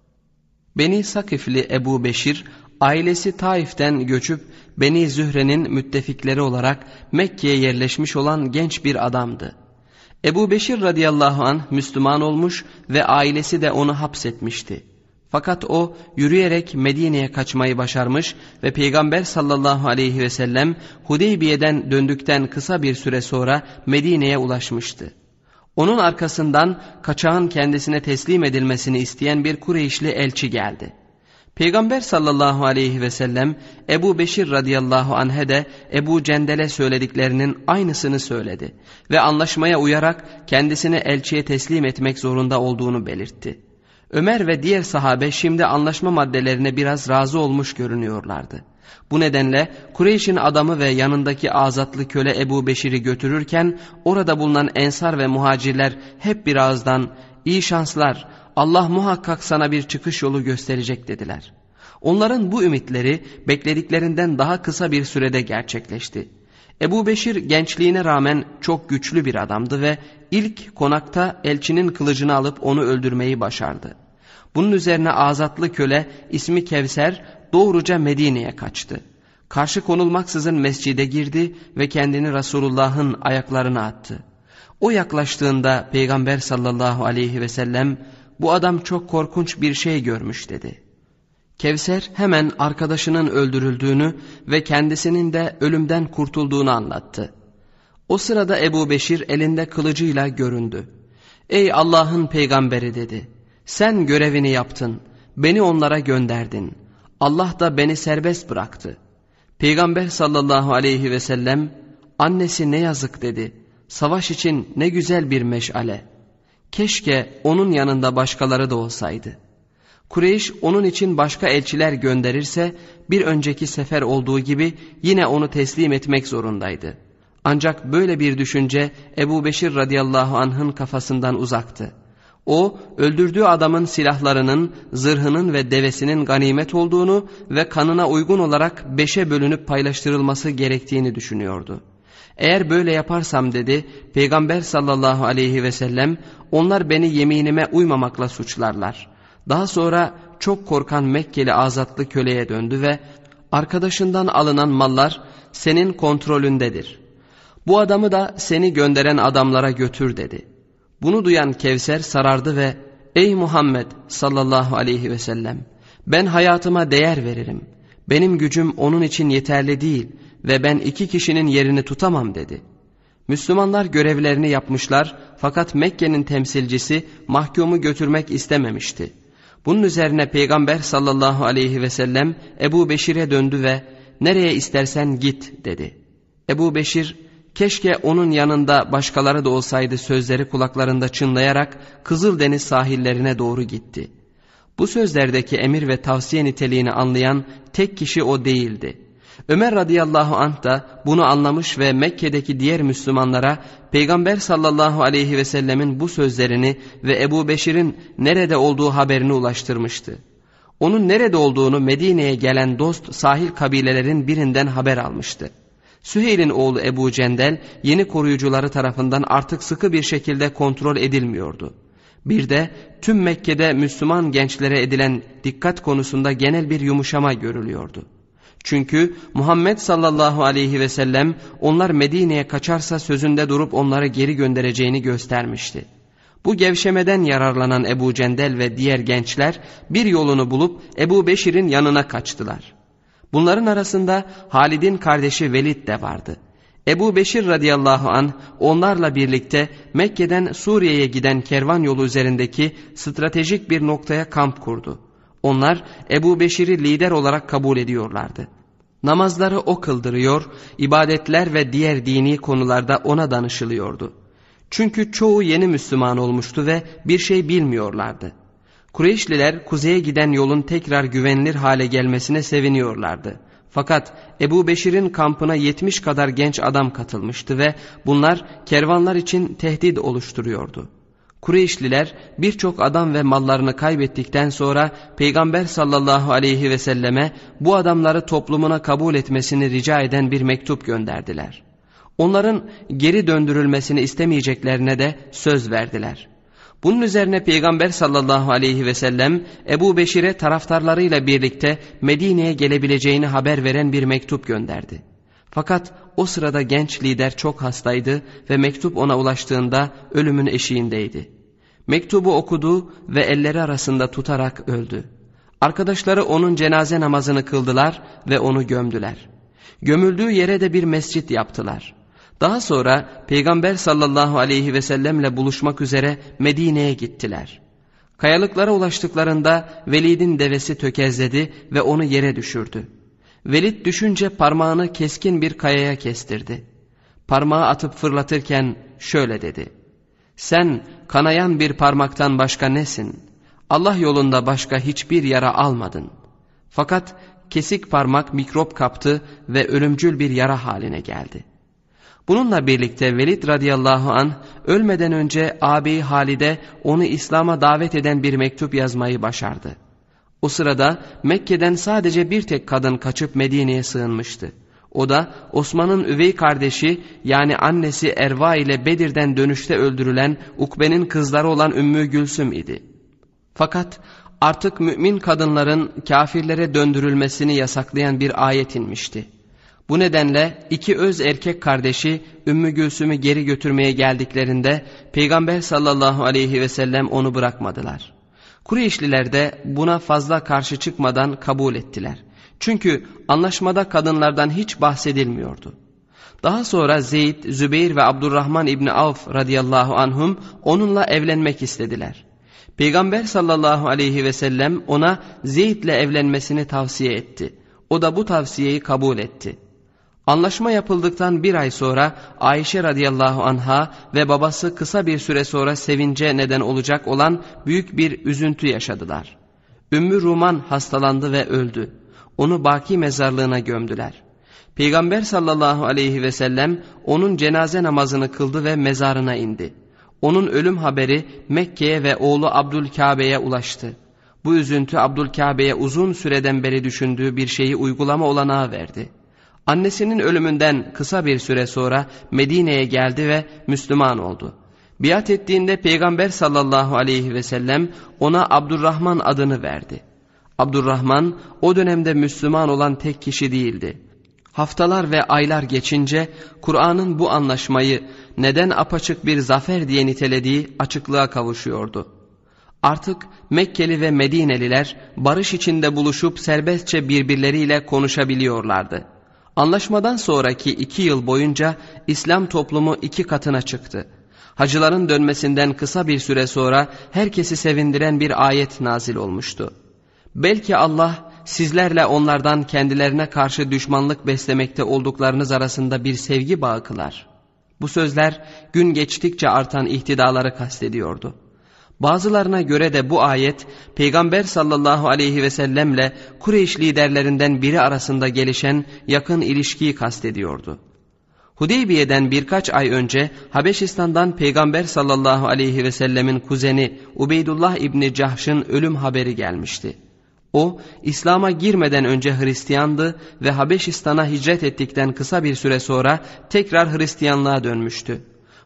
Beni Sakifli Ebu Beşir, ailesi Taif'ten göçüp Beni Zühre'nin müttefikleri olarak Mekke'ye yerleşmiş olan genç bir adamdı. Ebu Beşir radıyallahu anh Müslüman olmuş ve ailesi de onu hapsetmişti. Fakat o yürüyerek Medine'ye kaçmayı başarmış ve Peygamber sallallahu aleyhi ve sellem Hudeybiye'den döndükten kısa bir süre sonra Medine'ye ulaşmıştı. Onun arkasından kaçağın kendisine teslim edilmesini isteyen bir Kureyşli elçi geldi. Peygamber sallallahu aleyhi ve sellem Ebu Beşir radıyallahu anh'e de Ebu Cendel'e söylediklerinin aynısını söyledi ve anlaşmaya uyarak kendisini elçiye teslim etmek zorunda olduğunu belirtti. Ömer ve diğer sahabe şimdi anlaşma maddelerine biraz razı olmuş görünüyorlardı. Bu nedenle Kureyş'in adamı ve yanındaki azatlı köle Ebu Beşir'i götürürken orada bulunan ensar ve muhacirler hep bir ağızdan "İyi şanslar, Allah muhakkak sana bir çıkış yolu gösterecek" dediler. Onların bu ümitleri beklediklerinden daha kısa bir sürede gerçekleşti. Ebu Beşir gençliğine rağmen çok güçlü bir adamdı ve ilk konakta elçinin kılıcını alıp onu öldürmeyi başardı. Bunun üzerine azatlı köle ismi Kevser doğruca Medine'ye kaçtı. Karşı konulmaksızın mescide girdi ve kendini Resulullah'ın ayaklarına attı. O yaklaştığında Peygamber sallallahu aleyhi ve sellem "Bu adam çok korkunç bir şey görmüş" dedi. Kevser hemen arkadaşının öldürüldüğünü ve kendisinin de ölümden kurtulduğunu anlattı. O sırada Ebu Beşir elinde kılıcıyla göründü. "Ey Allah'ın peygamberi" dedi. "Sen görevini yaptın, beni onlara gönderdin. Allah da beni serbest bıraktı." Peygamber sallallahu aleyhi ve sellem "Annesi ne yazık" dedi. "Savaş için ne güzel bir meşale. Keşke onun yanında başkaları da olsaydı." Kureyş onun için başka elçiler gönderirse bir önceki sefer olduğu gibi yine onu teslim etmek zorundaydı. Ancak böyle bir düşünce Ebu Beşir radıyallahu anh'ın kafasından uzaktı. O öldürdüğü adamın silahlarının, zırhının ve devesinin ganimet olduğunu ve kanına uygun olarak 5'e bölünüp paylaştırılması gerektiğini düşünüyordu. "Eğer böyle yaparsam" dedi Peygamber sallallahu aleyhi ve sellem, "onlar beni yeminime uymamakla suçlarlar." Daha sonra çok korkan Mekkeli azatlı köleye döndü ve "Arkadaşından alınan mallar senin kontrolündedir. Bu adamı da seni gönderen adamlara götür" dedi. Bunu duyan Kevser sarardı ve "Ey Muhammed sallallahu aleyhi ve sellem, ben hayatıma değer veririm. Benim gücüm onun için yeterli değil ve ben 2 kişinin yerini tutamam" dedi. Müslümanlar görevlerini yapmışlar fakat Mekke'nin temsilcisi mahkumu götürmek istememişti. Bunun üzerine Peygamber sallallahu aleyhi ve sellem Ebu Beşir'e döndü ve "Nereye istersen git" dedi. Ebu Beşir "Keşke onun yanında başkaları da olsaydı" sözleri kulaklarında çınlayarak Kızıldeniz sahillerine doğru gitti. Bu sözlerdeki emir ve tavsiye niteliğini anlayan tek kişi o değildi. Ömer radıyallahu anh da bunu anlamış ve Mekke'deki diğer Müslümanlara Peygamber sallallahu aleyhi ve sellemin bu sözlerini ve Ebu Beşir'in nerede olduğu haberini ulaştırmıştı. Onun nerede olduğunu Medine'ye gelen dost sahil kabilelerin birinden haber almıştı. Süheyl'in oğlu Ebu Cendel yeni koruyucuları tarafından artık sıkı bir şekilde kontrol edilmiyordu. Bir de tüm Mekke'de Müslüman gençlere edilen dikkat konusunda genel bir yumuşama görülüyordu. Çünkü Muhammed sallallahu aleyhi ve sellem onlar Medine'ye kaçarsa sözünde durup onları geri göndereceğini göstermişti. Bu gevşemeden yararlanan Ebu Cendel ve diğer gençler bir yolunu bulup Ebu Beşir'in yanına kaçtılar. Bunların arasında Halid'in kardeşi Velid de vardı. Ebu Beşir radıyallahu anh onlarla birlikte Mekke'den Suriye'ye giden kervan yolu üzerindeki stratejik bir noktaya kamp kurdu. Onlar Ebu Beşir'i lider olarak kabul ediyorlardı. Namazları o kıldırıyor, ibadetler ve diğer dini konularda ona danışılıyordu. Çünkü çoğu yeni Müslüman olmuştu ve bir şey bilmiyorlardı. Kureyşliler kuzeye giden yolun tekrar güvenilir hale gelmesine seviniyorlardı. Fakat Ebu Beşir'in kampına 70 kadar genç adam katılmıştı ve bunlar kervanlar için tehdit oluşturuyordu. Kureyşliler birçok adam ve mallarını kaybettikten sonra Peygamber sallallahu aleyhi ve selleme bu adamları toplumuna kabul etmesini rica eden bir mektup gönderdiler. Onların geri döndürülmesini istemeyeceklerine de söz verdiler. Bunun üzerine Peygamber sallallahu aleyhi ve sellem Ebu Beşir'e taraftarlarıyla birlikte Medine'ye gelebileceğini haber veren bir mektup gönderdi. Fakat o sırada genç lider çok hastaydı ve mektup ona ulaştığında ölümün eşiğindeydi. Mektubu okudu ve elleri arasında tutarak öldü. Arkadaşları onun cenaze namazını kıldılar ve onu gömdüler. Gömüldüğü yere de bir mescit yaptılar. Daha sonra Peygamber sallallahu aleyhi ve sellemle buluşmak üzere Medine'ye gittiler. Kayalıklara ulaştıklarında Velid'in devesi tökezledi ve onu yere düşürdü. Velid düşünce parmağını keskin bir kayaya kestirdi. Parmağı atıp fırlatırken şöyle dedi: "Sen kanayan bir parmaktan başka nesin? Allah yolunda başka hiçbir yara almadın." Fakat kesik parmak mikrop kaptı ve ölümcül bir yara haline geldi. Bununla birlikte Velid radıyallahu anh ölmeden önce ağabeyi Halid'e onu İslam'a davet eden bir mektup yazmayı başardı. O sırada Mekke'den sadece bir tek kadın kaçıp Medine'ye sığınmıştı. O da Osman'ın üvey kardeşi yani annesi Erva ile Bedir'den dönüşte öldürülen Ukbe'nin kızları olan Ümmü Gülsüm idi. Fakat artık mümin kadınların kafirlere döndürülmesini yasaklayan bir ayet inmişti. Bu nedenle iki öz erkek kardeşi Ümmü Gülsüm'ü geri götürmeye geldiklerinde Peygamber sallallahu aleyhi ve sellem onu bırakmadılar. Kureyşliler de buna fazla karşı çıkmadan kabul ettiler. Çünkü anlaşmada kadınlardan hiç bahsedilmiyordu. Daha sonra Zeyd, Zübeyir ve Abdurrahman İbni Avf radıyallahu anhum onunla evlenmek istediler. Peygamber sallallahu aleyhi ve sellem ona Zeyd'le evlenmesini tavsiye etti. O da bu tavsiyeyi kabul etti. Anlaşma yapıldıktan bir ay sonra Ayşe radıyallahu anha ve babası kısa bir süre sonra sevince neden olacak olan büyük bir üzüntü yaşadılar. Ümmü Ruman hastalandı ve öldü. Onu Baki mezarlığına gömdüler. Peygamber sallallahu aleyhi ve sellem onun cenaze namazını kıldı ve mezarına indi. Onun ölüm haberi Mekke'ye ve oğlu Abdülkabe'ye ulaştı. Bu üzüntü Abdülkabe'ye uzun süreden beri düşündüğü bir şeyi uygulama olanağı verdi. Annesinin ölümünden kısa bir süre sonra Medine'ye geldi ve Müslüman oldu. Biat ettiğinde Peygamber sallallahu aleyhi ve sellem ona Abdurrahman adını verdi. Abdurrahman o dönemde Müslüman olan tek kişi değildi. Haftalar ve aylar geçince Kur'an'ın bu anlaşmayı neden apaçık bir zafer diye nitelediği açıklığa kavuşuyordu. Artık Mekkeli ve Medineliler barış içinde buluşup serbestçe birbirleriyle konuşabiliyorlardı. Anlaşmadan sonraki 2 yıl boyunca İslam toplumu 2 katına çıktı. Hacıların dönmesinden kısa bir süre sonra herkesi sevindiren bir ayet nazil olmuştu. Belki Allah sizlerle onlardan kendilerine karşı düşmanlık beslemekte olduklarınız arasında bir sevgi bağı kılar. Bu sözler gün geçtikçe artan ihtidaları kastediyordu. Bazılarına göre de bu ayet Peygamber sallallahu aleyhi ve sellemle Kureyş liderlerinden biri arasında gelişen yakın ilişkiyi kastediyordu. Hudeybiye'den birkaç ay önce Habeşistan'dan Peygamber sallallahu aleyhi ve sellemin kuzeni Ubeydullah İbni Cahş'ın ölüm haberi gelmişti. O, İslam'a girmeden önce Hristiyandı ve Habeşistan'a hicret ettikten kısa bir süre sonra tekrar Hristiyanlığa dönmüştü.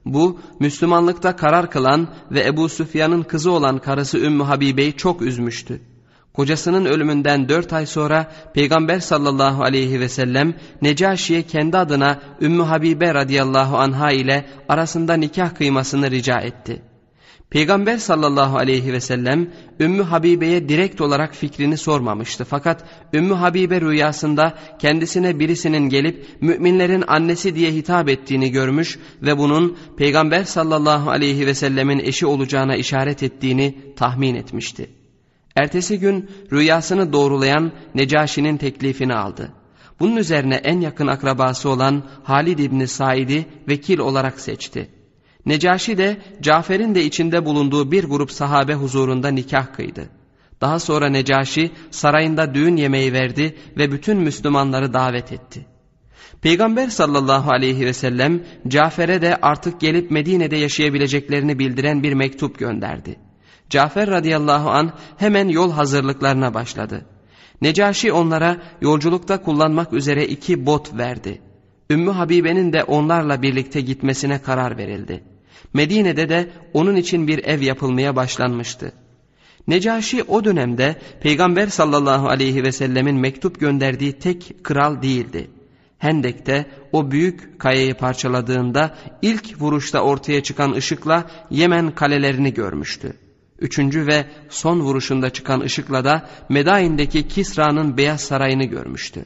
Bu, Müslümanlıkta karar kılan ve Ebu Süfyan'ın kızı olan karısı Ümmü Habibe'yi çok üzmüştü. Kocasının ölümünden 4 ay sonra Peygamber sallallahu aleyhi ve sellem Necaşi'ye kendi adına Ümmü Habibe radıyallahu anha ile arasında nikah kıymasını rica etti. Peygamber sallallahu aleyhi ve sellem Ümmü Habibe'ye direkt olarak fikrini sormamıştı. Fakat Ümmü Habibe rüyasında kendisine birisinin gelip müminlerin annesi diye hitap ettiğini görmüş ve bunun Peygamber sallallahu aleyhi ve sellemin eşi olacağına işaret ettiğini tahmin etmişti. Ertesi gün rüyasını doğrulayan Necaşi'nin teklifini aldı. Bunun üzerine en yakın akrabası olan Halid İbni Said'i vekil olarak seçti. Necaşi de Cafer'in de içinde bulunduğu bir grup sahabe huzurunda nikah kıydı. Daha sonra Necaşi sarayında düğün yemeği verdi ve bütün Müslümanları davet etti. Peygamber sallallahu aleyhi ve sellem Cafer'e de artık gelip Medine'de yaşayabileceklerini bildiren bir mektup gönderdi. Cafer radıyallahu anh hemen yol hazırlıklarına başladı. Necaşi onlara yolculukta kullanmak üzere 2 bot verdi. Ümmü Habibe'nin de onlarla birlikte gitmesine karar verildi. Medine'de de onun için bir ev yapılmaya başlanmıştı. Necaşi o dönemde Peygamber sallallahu aleyhi ve sellemin mektup gönderdiği tek kral değildi. Hendek'te o büyük kayayı parçaladığında ilk vuruşta ortaya çıkan ışıkla Yemen kalelerini görmüştü. 3. ve son vuruşunda çıkan ışıkla da Medain'deki Kisra'nın Beyaz Sarayı'nı görmüştü.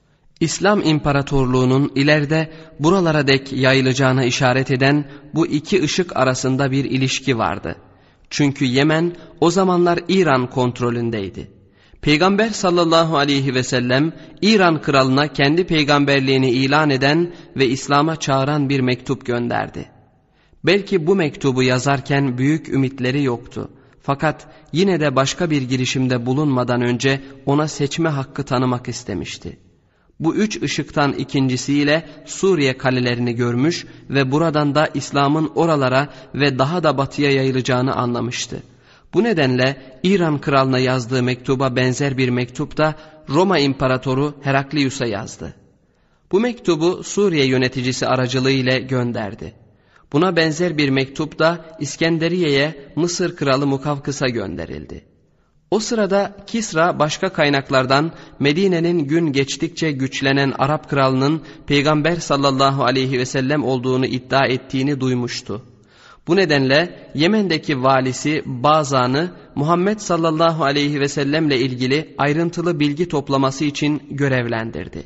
İslam İmparatorluğu'nun ileride buralara dek yayılacağına işaret eden bu 2 ışık arasında bir ilişki vardı. Çünkü Yemen o zamanlar İran kontrolündeydi. Peygamber sallallahu aleyhi ve sellem İran kralına kendi peygamberliğini ilan eden ve İslam'a çağıran bir mektup gönderdi. Belki bu mektubu yazarken büyük ümitleri yoktu. Fakat yine de başka bir girişimde bulunmadan önce ona seçme hakkı tanımak istemişti. Bu 3 ışıktan ikincisiyle Suriye kalelerini görmüş ve buradan da İslam'ın oralara ve daha da batıya yayılacağını anlamıştı. Bu nedenle İran kralına yazdığı mektuba benzer bir mektup da Roma İmparatoru Heraklius'a yazdı. Bu mektubu Suriye yöneticisi aracılığıyla gönderdi. Buna benzer bir mektup da İskenderiye'ye Mısır kralı Mukavkıs'a gönderildi. O sırada Kisra başka kaynaklardan Medine'nin gün geçtikçe güçlenen Arap kralının Peygamber sallallahu aleyhi ve sellem olduğunu iddia ettiğini duymuştu. Bu nedenle Yemen'deki valisi Bazan'ı Muhammed sallallahu aleyhi ve sellemle ilgili ayrıntılı bilgi toplaması için görevlendirdi.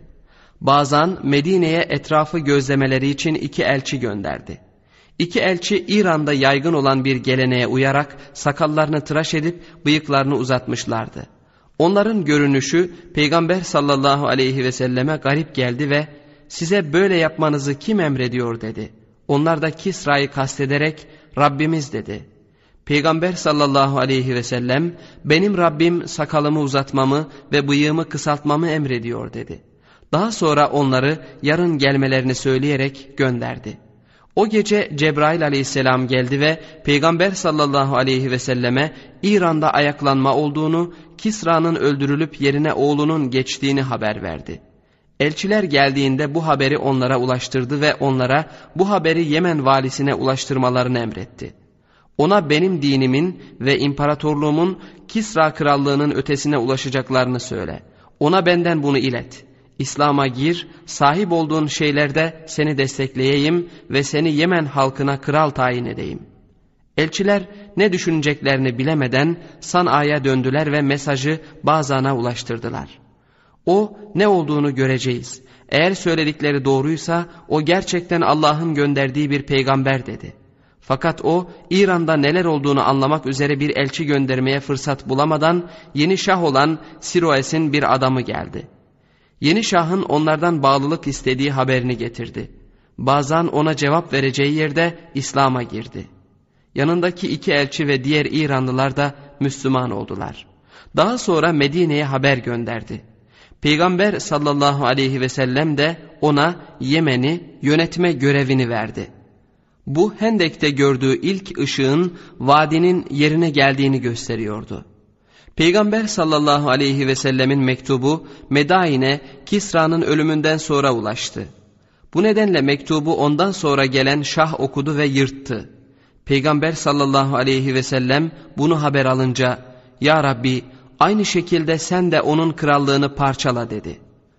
Bazan Medine'ye etrafı gözlemeleri için 2 elçi gönderdi. 2 elçi İran'da yaygın olan bir geleneğe uyarak sakallarını tıraş edip bıyıklarını uzatmışlardı. Onların görünüşü Peygamber sallallahu aleyhi ve selleme garip geldi ve size böyle yapmanızı kim emrediyor dedi. Onlar da Kisra'yı kastederek Rabbimiz dedi. Peygamber sallallahu aleyhi ve sellem benim Rabbim sakalımı uzatmamı ve bıyığımı kısaltmamı emrediyor dedi. Daha sonra onları yarın gelmelerini söyleyerek gönderdi. O gece Cebrail aleyhisselam geldi ve Peygamber sallallahu aleyhi ve selleme İran'da ayaklanma olduğunu, Kisra'nın öldürülüp yerine oğlunun geçtiğini haber verdi. Elçiler geldiğinde bu haberi onlara ulaştırdı ve onlara bu haberi Yemen valisine ulaştırmalarını emretti. Ona benim dinimin ve imparatorluğumun Kisra krallığının ötesine ulaşacaklarını söyle. Ona benden bunu ilet. İslam'a gir, sahip olduğun şeylerde seni destekleyeyim ve seni Yemen halkına kral tayin edeyim. Elçiler ne düşüneceklerini bilemeden San'a'ya döndüler ve mesajı Bazan'a ulaştırdılar. O ne olduğunu göreceğiz. Eğer söyledikleri doğruysa o gerçekten Allah'ın gönderdiği bir peygamber dedi. Fakat o İran'da neler olduğunu anlamak üzere bir elçi göndermeye fırsat bulamadan yeni şah olan Siroes'in bir adamı geldi. Yeni şahın onlardan bağlılık istediği haberini getirdi. Bazan ona cevap vereceği yerde İslam'a girdi. Yanındaki 2 elçi ve diğer İranlılar da Müslüman oldular. Daha sonra Medine'ye haber gönderdi. Peygamber sallallahu aleyhi ve sellem de ona Yemen'i yönetme görevini verdi. Bu Hendek'te gördüğü ilk ışığın vadinin yerine geldiğini gösteriyordu. Peygamber sallallahu aleyhi ve sellemin mektubu Medain'e Kisra'nın ölümünden sonra ulaştı. Bu nedenle mektubu ondan sonra gelen şah okudu ve yırttı. Peygamber sallallahu aleyhi ve sellem bunu haber alınca, "Ya Rabbi, aynı şekilde sen de onun krallığını parçala" dedi.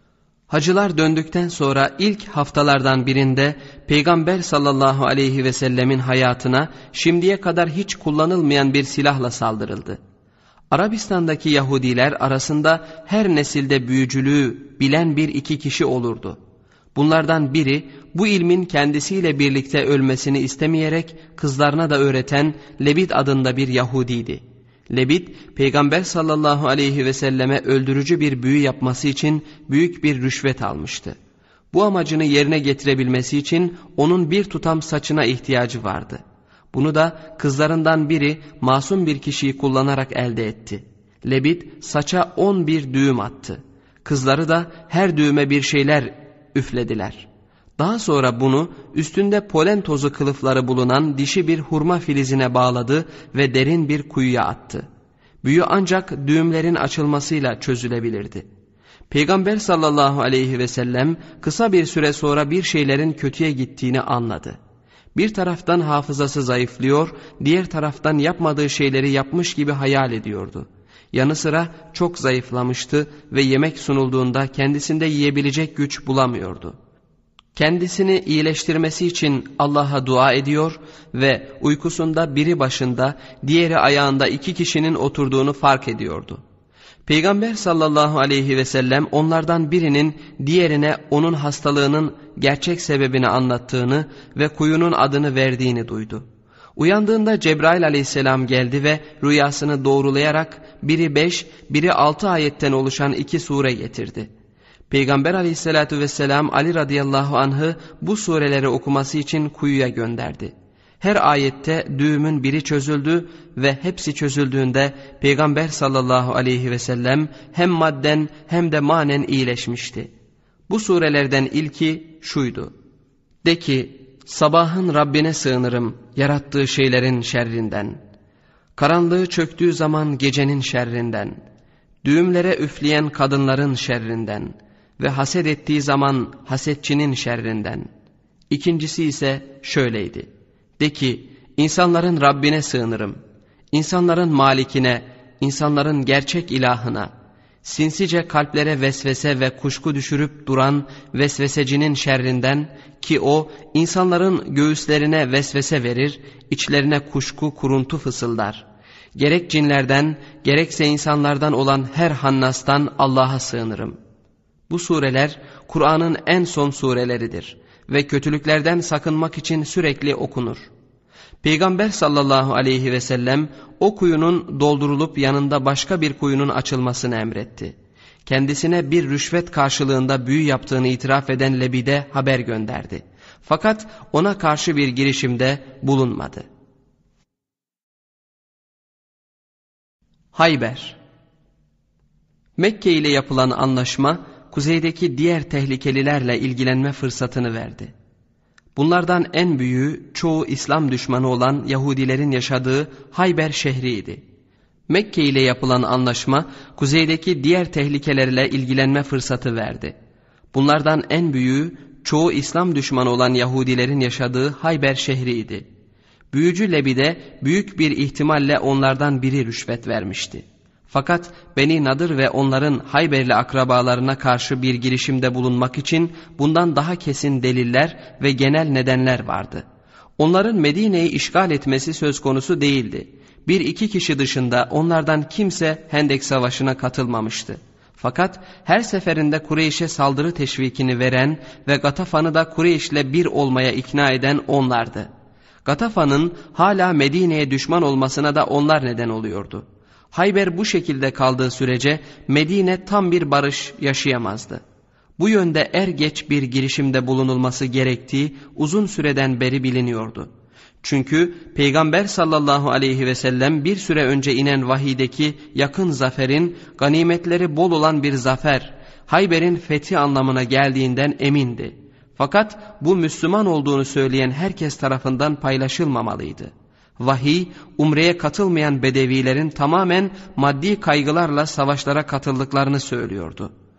Hacılar döndükten sonra ilk haftalardan birinde Peygamber sallallahu aleyhi ve sellemin hayatına şimdiye kadar hiç kullanılmayan bir silahla saldırıldı. Arabistan'daki Yahudiler arasında her nesilde büyücülüğü bilen bir iki kişi olurdu. Bunlardan biri bu ilmin kendisiyle birlikte ölmesini istemeyerek kızlarına da öğreten Lebit adında bir Yahudiydi. Lebit, Peygamber sallallahu aleyhi ve selleme öldürücü bir büyü yapması için büyük bir rüşvet almıştı. Bu amacını yerine getirebilmesi için onun bir tutam saçına ihtiyacı vardı. Bunu da kızlarından biri masum bir kişiyi kullanarak elde etti. Lebit saça 11 düğüm attı. Kızları da her düğüme bir şeyler üflediler. Daha sonra bunu üstünde polen tozu kılıfları bulunan dişi bir hurma filizine bağladı ve derin bir kuyuya attı. Büyü ancak düğümlerin açılmasıyla çözülebilirdi. Peygamber sallallahu aleyhi ve sellem kısa bir süre sonra bir şeylerin kötüye gittiğini anladı. Bir taraftan hafızası zayıflıyor, diğer taraftan yapmadığı şeyleri yapmış gibi hayal ediyordu. Yanı sıra çok zayıflamıştı ve yemek sunulduğunda kendisinde yiyebilecek güç bulamıyordu. Kendisini iyileştirmesi için Allah'a dua ediyor ve uykusunda biri başında, diğeri ayağında iki kişinin oturduğunu fark ediyordu. Peygamber sallallahu aleyhi ve sellem onlardan birinin diğerine onun hastalığının gerçek sebebini anlattığını ve kuyunun adını verdiğini duydu. Uyandığında Cebrail aleyhisselam geldi ve rüyasını doğrulayarak biri 5, biri 6 ayetten oluşan 2 sure getirdi. Peygamber aleyhissalatü vesselam Ali radıyallahu anh'ı bu sureleri okuması için kuyuya gönderdi. Her ayette düğümün biri çözüldü ve hepsi çözüldüğünde Peygamber sallallahu aleyhi ve sellem hem madden hem de manen iyileşmişti. Bu surelerden ilki şuydu: "De ki, sabahın Rabbine sığınırım yarattığı şeylerin şerrinden. Karanlığı çöktüğü zaman gecenin şerrinden. Düğümlere üfleyen kadınların şerrinden. Ve haset ettiği zaman hasetçinin şerrinden." İkincisi ise şöyleydi: "De ki, insanların Rabbine sığınırım, insanların malikine, insanların gerçek ilahına, sinsice kalplere vesvese ve kuşku düşürüp duran vesvesecinin şerrinden, ki o insanların göğüslerine vesvese verir, içlerine kuşku kuruntu fısıldar. Gerek cinlerden gerekse insanlardan olan her hannastan Allah'a sığınırım." Bu sureler Kur'an'ın en son sureleridir ve kötülüklerden sakınmak için sürekli okunur. Peygamber sallallahu aleyhi ve sellem o kuyunun doldurulup yanında başka bir kuyunun açılmasını emretti. Kendisine bir rüşvet karşılığında büyü yaptığını itiraf eden Lebid'e haber gönderdi. Fakat ona karşı bir girişimde bulunmadı. Hayber. Mekke ile yapılan anlaşma kuzeydeki diğer tehlikelilerle ilgilenme fırsatını verdi. Bunlardan en büyüğü çoğu İslam düşmanı olan Yahudilerin yaşadığı Hayber şehriydi. Mekke ile yapılan anlaşma kuzeydeki diğer tehlikelerle ilgilenme fırsatı verdi. Bunlardan en büyüğü çoğu İslam düşmanı olan Yahudilerin yaşadığı Hayber şehriydi. Büyücü Lebid'e büyük bir ihtimalle onlardan biri rüşvet vermişti. Fakat Beni Nadır ve onların Hayberli akrabalarına karşı bir girişimde bulunmak için bundan daha kesin deliller ve genel nedenler vardı. Onların Medine'yi işgal etmesi söz konusu değildi. Bir iki kişi dışında onlardan kimse Hendek Savaşı'na katılmamıştı. Fakat her seferinde Kureyş'e saldırı teşvikini veren ve Gatafan'ı da Kureyş'le bir olmaya ikna eden onlardı. Gatafan'ın hala Medine'ye düşman olmasına da onlar neden oluyordu. Hayber bu şekilde kaldığı sürece Medine tam bir barış yaşayamazdı. Bu yönde er geç bir girişimde bulunulması gerektiği uzun süreden beri biliniyordu. Çünkü Peygamber sallallahu aleyhi ve sellem bir süre önce inen vahiydeki yakın zaferin ganimetleri bol olan bir zafer, Hayber'in fethi anlamına geldiğinden emindi. Fakat bu Müslüman olduğunu söyleyen herkes tarafından paylaşılmamalıydı. Vahiy, umreye katılmayan Bedevilerin tamamen maddi kaygılarla savaşlara katıldıklarını söylüyordu.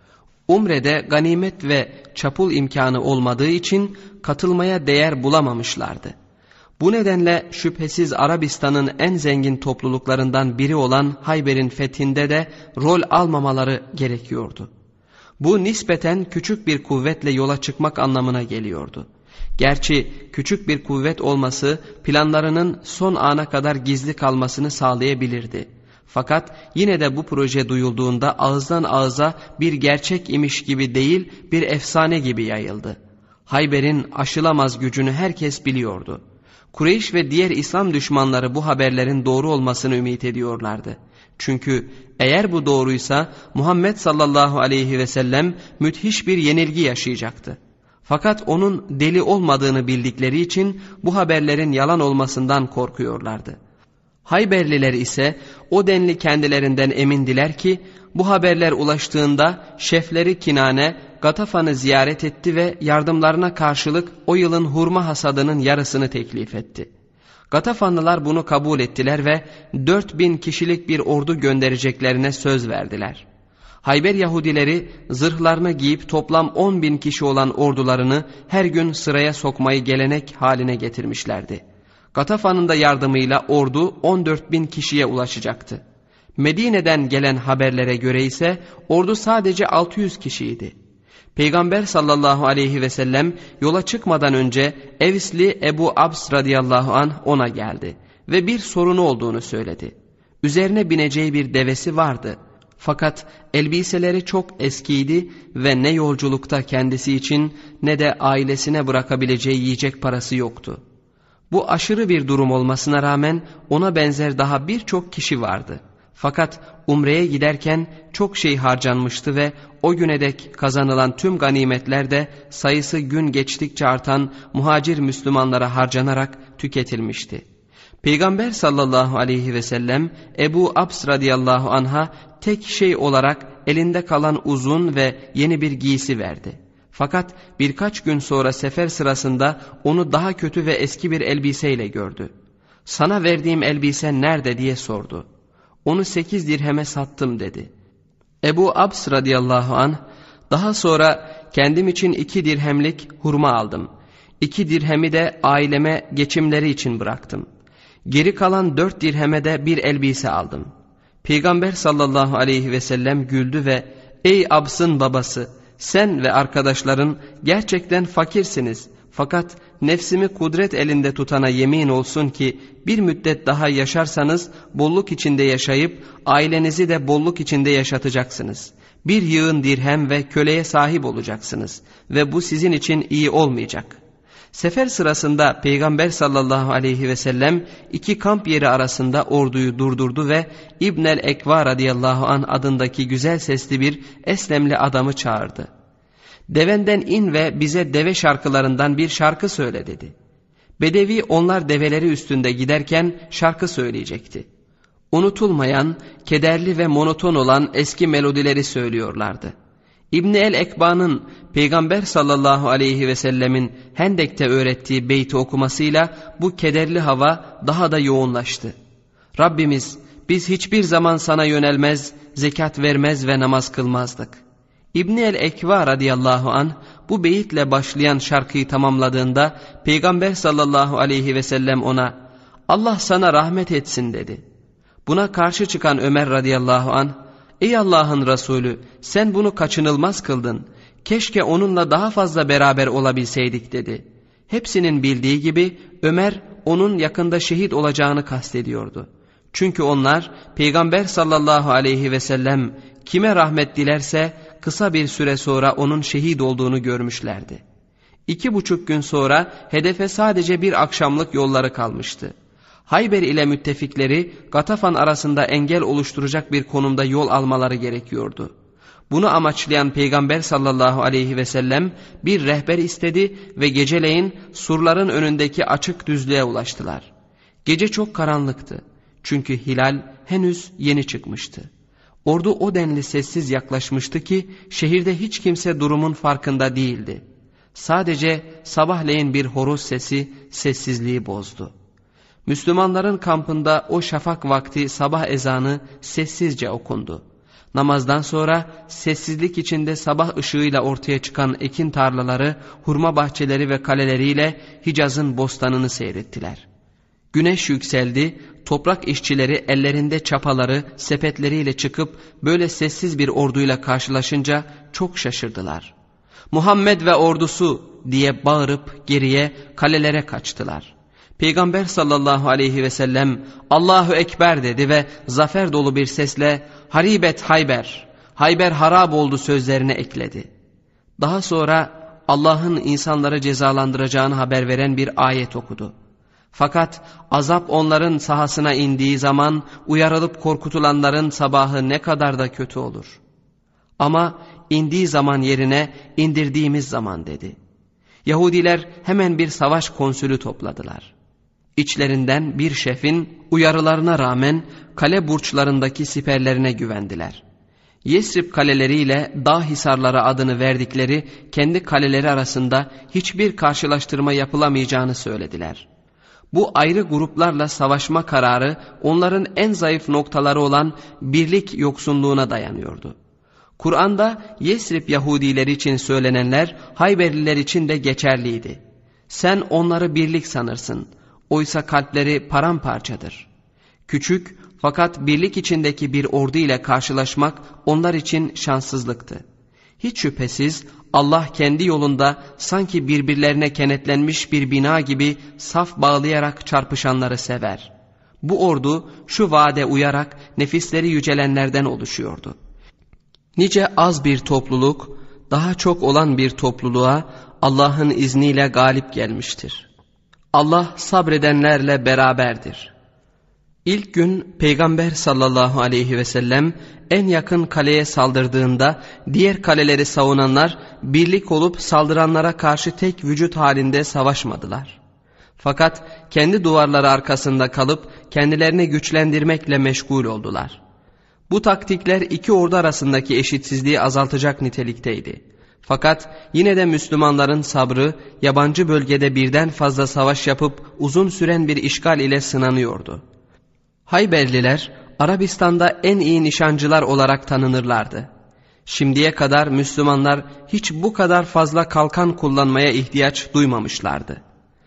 Umre'de ganimet ve çapul imkanı olmadığı için katılmaya değer bulamamışlardı. Bu nedenle şüphesiz Arabistan'ın en zengin topluluklarından biri olan Hayber'in fethinde de rol almamaları gerekiyordu. Bu nispeten küçük bir kuvvetle yola çıkmak anlamına geliyordu. Gerçi küçük bir kuvvet olması planlarının son ana kadar gizli kalmasını sağlayabilirdi. Fakat yine de bu proje duyulduğunda ağızdan ağıza bir gerçek imiş gibi değil, bir efsane gibi yayıldı. Hayber'in aşılamaz gücünü herkes biliyordu. Kureyş ve diğer İslam düşmanları bu haberlerin doğru olmasını ümit ediyorlardı. Çünkü eğer bu doğruysa Muhammed sallallahu aleyhi ve sellem müthiş bir yenilgi yaşayacaktı. Fakat onun deli olmadığını bildikleri için bu haberlerin yalan olmasından korkuyorlardı. Hayberliler ise o denli kendilerinden emindiler ki bu haberler ulaştığında şefleri Kinane Gatafan'ı ziyaret etti ve yardımlarına karşılık o yılın hurma hasadının yarısını teklif etti. Gatafanlılar bunu kabul ettiler ve 4000 kişilik bir ordu göndereceklerine söz verdiler. Hayber Yahudileri zırhlarını giyip toplam 10.000 kişi olan ordularını her gün sıraya sokmayı gelenek haline getirmişlerdi. Gatafan'ın da yardımıyla ordu 14.000 kişiye ulaşacaktı. Medine'den gelen haberlere göre ise ordu sadece 600 kişiydi. Peygamber sallallahu aleyhi ve sellem yola çıkmadan önce Evsli Ebu Abs radıyallahu anh ona geldi ve bir sorunu olduğunu söyledi. Üzerine bineceği bir devesi vardı. Fakat elbiseleri çok eskiydi ve ne yolculukta kendisi için ne de ailesine bırakabileceği yiyecek parası yoktu. Bu aşırı bir durum olmasına rağmen ona benzer daha birçok kişi vardı. Fakat Umre'ye giderken çok şey harcanmıştı ve o güne dek kazanılan tüm ganimetler de sayısı gün geçtikçe artan muhacir Müslümanlara harcanarak tüketilmişti. Peygamber sallallahu aleyhi ve sellem Ebu Abs radıyallahu anh'a tek şey olarak elinde kalan uzun ve yeni bir giysi verdi. Fakat birkaç gün sonra sefer sırasında onu daha kötü ve eski bir elbiseyle gördü. "Sana verdiğim elbise nerede?" diye sordu. "Onu 8 dirheme sattım." dedi. Ebu Abs radıyallahu anh, "Daha sonra kendim için 2 dirhemlik hurma aldım. 2 dirhemi de aileme geçimleri için bıraktım. Geri kalan 4 dirheme de bir elbise aldım." Peygamber sallallahu aleyhi ve sellem güldü ve "Ey Abs'ın babası, sen ve arkadaşların gerçekten fakirsiniz. Fakat nefsimi kudret elinde tutana yemin olsun ki bir müddet daha yaşarsanız bolluk içinde yaşayıp ailenizi de bolluk içinde yaşatacaksınız. Bir yığın dirhem ve köleye sahip olacaksınız ve bu sizin için iyi olmayacak." Sefer sırasında Peygamber sallallahu aleyhi ve sellem 2 kamp yeri arasında orduyu durdurdu ve İbnel Ekva radıyallahu anh adındaki güzel sesli bir Eslemli adamı çağırdı. "Devenden in ve bize deve şarkılarından bir şarkı söyle." dedi. Bedevi onlar develeri üstünde giderken şarkı söyleyecekti. Unutulmayan, kederli ve monoton olan eski melodileri söylüyorlardı. İbni el-Ekba'nın Peygamber sallallahu aleyhi ve sellemin Hendek'te öğrettiği beyti okumasıyla bu kederli hava daha da yoğunlaştı. "Rabbimiz, biz hiçbir zaman sana yönelmez, zekat vermez ve namaz kılmazdık." İbni el-Ekva radıyallahu anh bu beyitle başlayan şarkıyı tamamladığında Peygamber sallallahu aleyhi ve sellem ona "Allah sana rahmet etsin." dedi. Buna karşı çıkan Ömer radıyallahu anh, "Ey Allah'ın Resulü, sen bunu kaçınılmaz kıldın. Keşke onunla daha fazla beraber olabilseydik." dedi. Hepsinin bildiği gibi Ömer onun yakında şehit olacağını kastediyordu. Çünkü onlar Peygamber sallallahu aleyhi ve sellem kime rahmet dilerse kısa bir süre sonra onun şehit olduğunu görmüşlerdi. 2,5 gün sonra hedefe sadece bir akşamlık yolları kalmıştı. Hayber ile müttefikleri Gatafan arasında engel oluşturacak bir konumda yol almaları gerekiyordu. Bunu amaçlayan Peygamber sallallahu aleyhi ve sellem bir rehber istedi ve geceleyin surların önündeki açık düzlüğe ulaştılar. Gece çok karanlıktı çünkü hilal henüz yeni çıkmıştı. Ordu o denli sessiz yaklaşmıştı ki şehirde hiç kimse durumun farkında değildi. Sadece sabahleyin bir horoz sesi sessizliği bozdu. Müslümanların kampında o şafak vakti sabah ezanı sessizce okundu. Namazdan sonra sessizlik içinde sabah ışığıyla ortaya çıkan ekin tarlaları, hurma bahçeleri ve kaleleriyle Hicaz'ın bostanını seyrettiler. Güneş yükseldi, toprak işçileri ellerinde çapaları, sepetleriyle çıkıp böyle sessiz bir orduyla karşılaşınca çok şaşırdılar. Muhammed ve ordusu diye bağırıp geriye kalelere kaçtılar. Peygamber sallallahu aleyhi ve sellem Allahu Ekber dedi ve zafer dolu bir sesle Haribet Hayber, Hayber harap oldu sözlerine ekledi. Daha sonra Allah'ın insanları cezalandıracağını haber veren bir ayet okudu. Fakat azap onların sahasına indiği zaman uyarılıp korkutulanların sabahı ne kadar da kötü olur. Ama indiği zaman yerine indirdiğimiz zaman dedi. Yahudiler hemen bir savaş konsülü topladılar. İçlerinden bir şefin uyarılarına rağmen kale burçlarındaki siperlerine güvendiler. Yesrib kaleleriyle dağ hisarları adını verdikleri kendi kaleleri arasında hiçbir karşılaştırma yapılamayacağını söylediler. Bu ayrı gruplarla savaşma kararı onların en zayıf noktaları olan birlik yoksunluğuna dayanıyordu. Kur'an'da Yesrib Yahudileri için söylenenler Hayberliler için de geçerliydi. Sen onları birlik sanırsın, oysa kalpleri paramparçadır. Küçük fakat birlik içindeki bir ordu ile karşılaşmak onlar için şanssızlıktı. Hiç şüphesiz Allah kendi yolunda sanki birbirlerine kenetlenmiş bir bina gibi saf bağlayarak çarpışanları sever. Bu ordu şu vaade uyarak nefisleri yücelenlerden oluşuyordu. Nice az bir topluluk daha çok olan bir topluluğa Allah'ın izniyle galip gelmiştir. Allah sabredenlerle beraberdir. İlk gün Peygamber sallallahu aleyhi ve sellem en yakın kaleye saldırdığında diğer kaleleri savunanlar birlik olup saldıranlara karşı tek vücut halinde savaşmadılar. Fakat kendi duvarları arkasında kalıp kendilerini güçlendirmekle meşgul oldular. Bu taktikler iki ordu arasındaki eşitsizliği azaltacak nitelikteydi. Fakat yine de Müslümanların sabrı yabancı bölgede birden fazla savaş yapıp uzun süren bir işgal ile sınanıyordu. Hayberliler Arabistan'da en iyi nişancılar olarak tanınırlardı. Şimdiye kadar Müslümanlar hiç bu kadar fazla kalkan kullanmaya ihtiyaç duymamışlardı.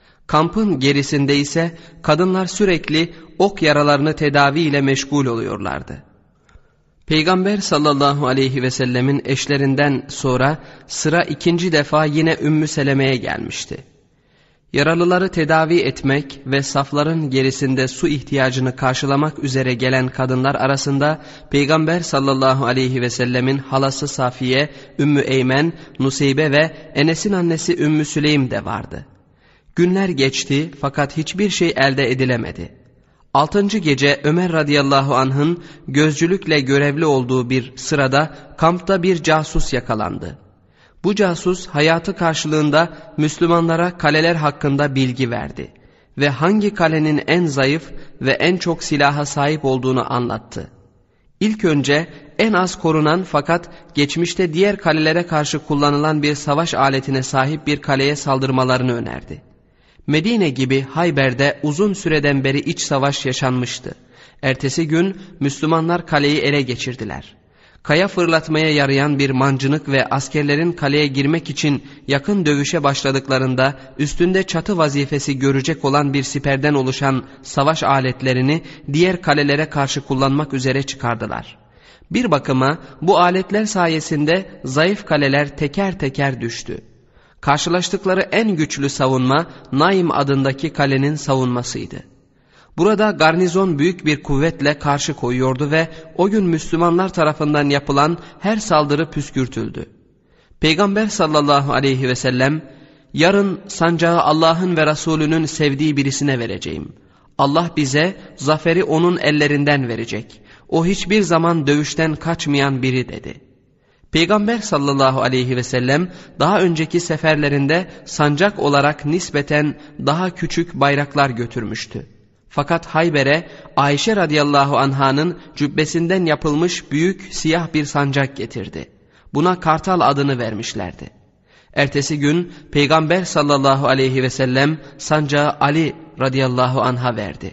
Kampın gerisinde ise kadınlar sürekli ok yaralarını tedavi ile meşgul oluyorlardı. Peygamber sallallahu aleyhi ve sellemin eşlerinden sonra sıra ikinci defa yine Ümmü Seleme'ye gelmişti. Yaralıları tedavi etmek ve safların gerisinde su ihtiyacını karşılamak üzere gelen kadınlar arasında Peygamber sallallahu aleyhi ve sellemin halası Safiye, Ümmü Eymen, Nuseybe ve Enes'in annesi Ümmü Süleym de vardı. Günler geçti fakat hiçbir şey elde edilemedi. 6. gece Ömer radıyallahu anh'ın gözcülükle görevli olduğu bir sırada kampta bir casus yakalandı. Bu casus hayatı karşılığında Müslümanlara kaleler hakkında bilgi verdi ve hangi kalenin en zayıf ve en çok silaha sahip olduğunu anlattı. İlk önce en az korunan fakat geçmişte diğer kalelere karşı kullanılan bir savaş aletine sahip bir kaleye saldırmalarını önerdi. Medine gibi Hayber'de uzun süreden beri iç savaş yaşanmıştı. Ertesi gün Müslümanlar kaleyi ele geçirdiler. Kaya fırlatmaya yarayan bir mancınık ve askerlerin kaleye girmek için yakın dövüşe başladıklarında üstünde çatı vazifesi görecek olan bir siperden oluşan savaş aletlerini diğer kalelere karşı kullanmak üzere çıkardılar. Bir bakıma bu aletler sayesinde zayıf kaleler teker teker düştü. Karşılaştıkları en güçlü savunma Naim adındaki kalenin savunmasıydı. Burada garnizon büyük bir kuvvetle karşı koyuyordu ve o gün Müslümanlar tarafından yapılan her saldırı püskürtüldü. Peygamber sallallahu aleyhi ve sellem, yarın sancağı Allah'ın ve Resulünün sevdiği birisine vereceğim. Allah bize zaferi onun ellerinden verecek. O hiçbir zaman dövüşten kaçmayan biri dedi. Peygamber sallallahu aleyhi ve sellem daha önceki seferlerinde sancak olarak nispeten daha küçük bayraklar götürmüştü. Fakat Hayber'e Ayşe radıyallahu anh'ın cübbesinden yapılmış büyük siyah bir sancak getirdi. Buna Kartal adını vermişlerdi. Ertesi gün Peygamber sallallahu aleyhi ve sellem sancağı Ali radıyallahu anh'a verdi.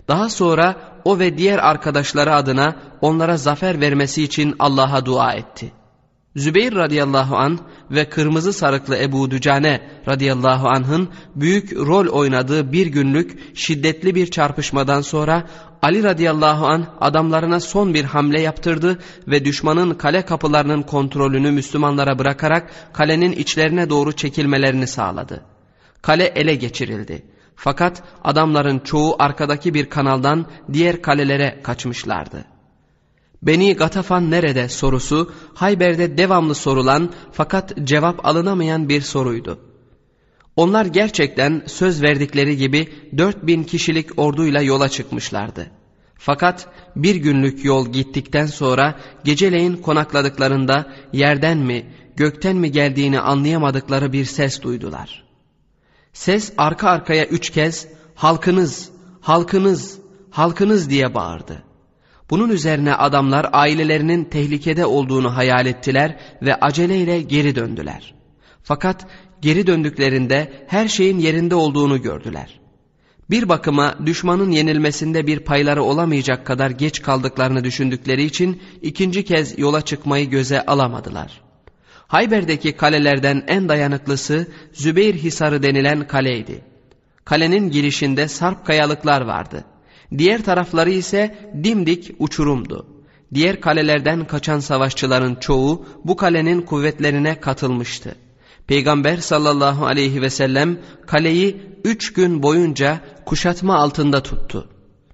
Daha sonra o ve diğer arkadaşları adına onlara zafer vermesi için Allah'a dua etti. Zübeyir radıyallahu anh ve kırmızı sarıklı Ebu Dücane radıyallahu anh'ın büyük rol oynadığı bir günlük şiddetli bir çarpışmadan sonra Ali radıyallahu anh adamlarına son bir hamle yaptırdı ve düşmanın kale kapılarının kontrolünü Müslümanlara bırakarak kalenin içlerine doğru çekilmelerini sağladı. Kale ele geçirildi. Fakat adamların çoğu arkadaki bir kanaldan diğer kalelere kaçmışlardı. Beni Gatafan nerede sorusu Hayber'de devamlı sorulan fakat cevap alınamayan bir soruydu. Onlar gerçekten söz verdikleri gibi 4000 kişilik orduyla yola çıkmışlardı. Fakat bir günlük yol gittikten sonra geceleyin konakladıklarında yerden mi gökten mi geldiğini anlayamadıkları bir ses duydular. Ses arka arkaya 3 kez "Halkınız, halkınız, halkınız" diye bağırdı. Bunun üzerine adamlar ailelerinin tehlikede olduğunu hayal ettiler ve aceleyle geri döndüler. Fakat geri döndüklerinde her şeyin yerinde olduğunu gördüler. Bir bakıma düşmanın yenilmesinde bir payları olamayacak kadar geç kaldıklarını düşündükleri için ikinci kez yola çıkmayı göze alamadılar. Hayber'deki kalelerden en dayanıklısı Zübeyir Hisarı denilen kaleydi. Kalenin girişinde sarp kayalıklar vardı. Diğer tarafları ise dimdik uçurumdu. Diğer kalelerden kaçan savaşçıların çoğu bu kalenin kuvvetlerine katılmıştı. Peygamber sallallahu aleyhi ve sellem kaleyi 3 gün boyunca kuşatma altında tuttu.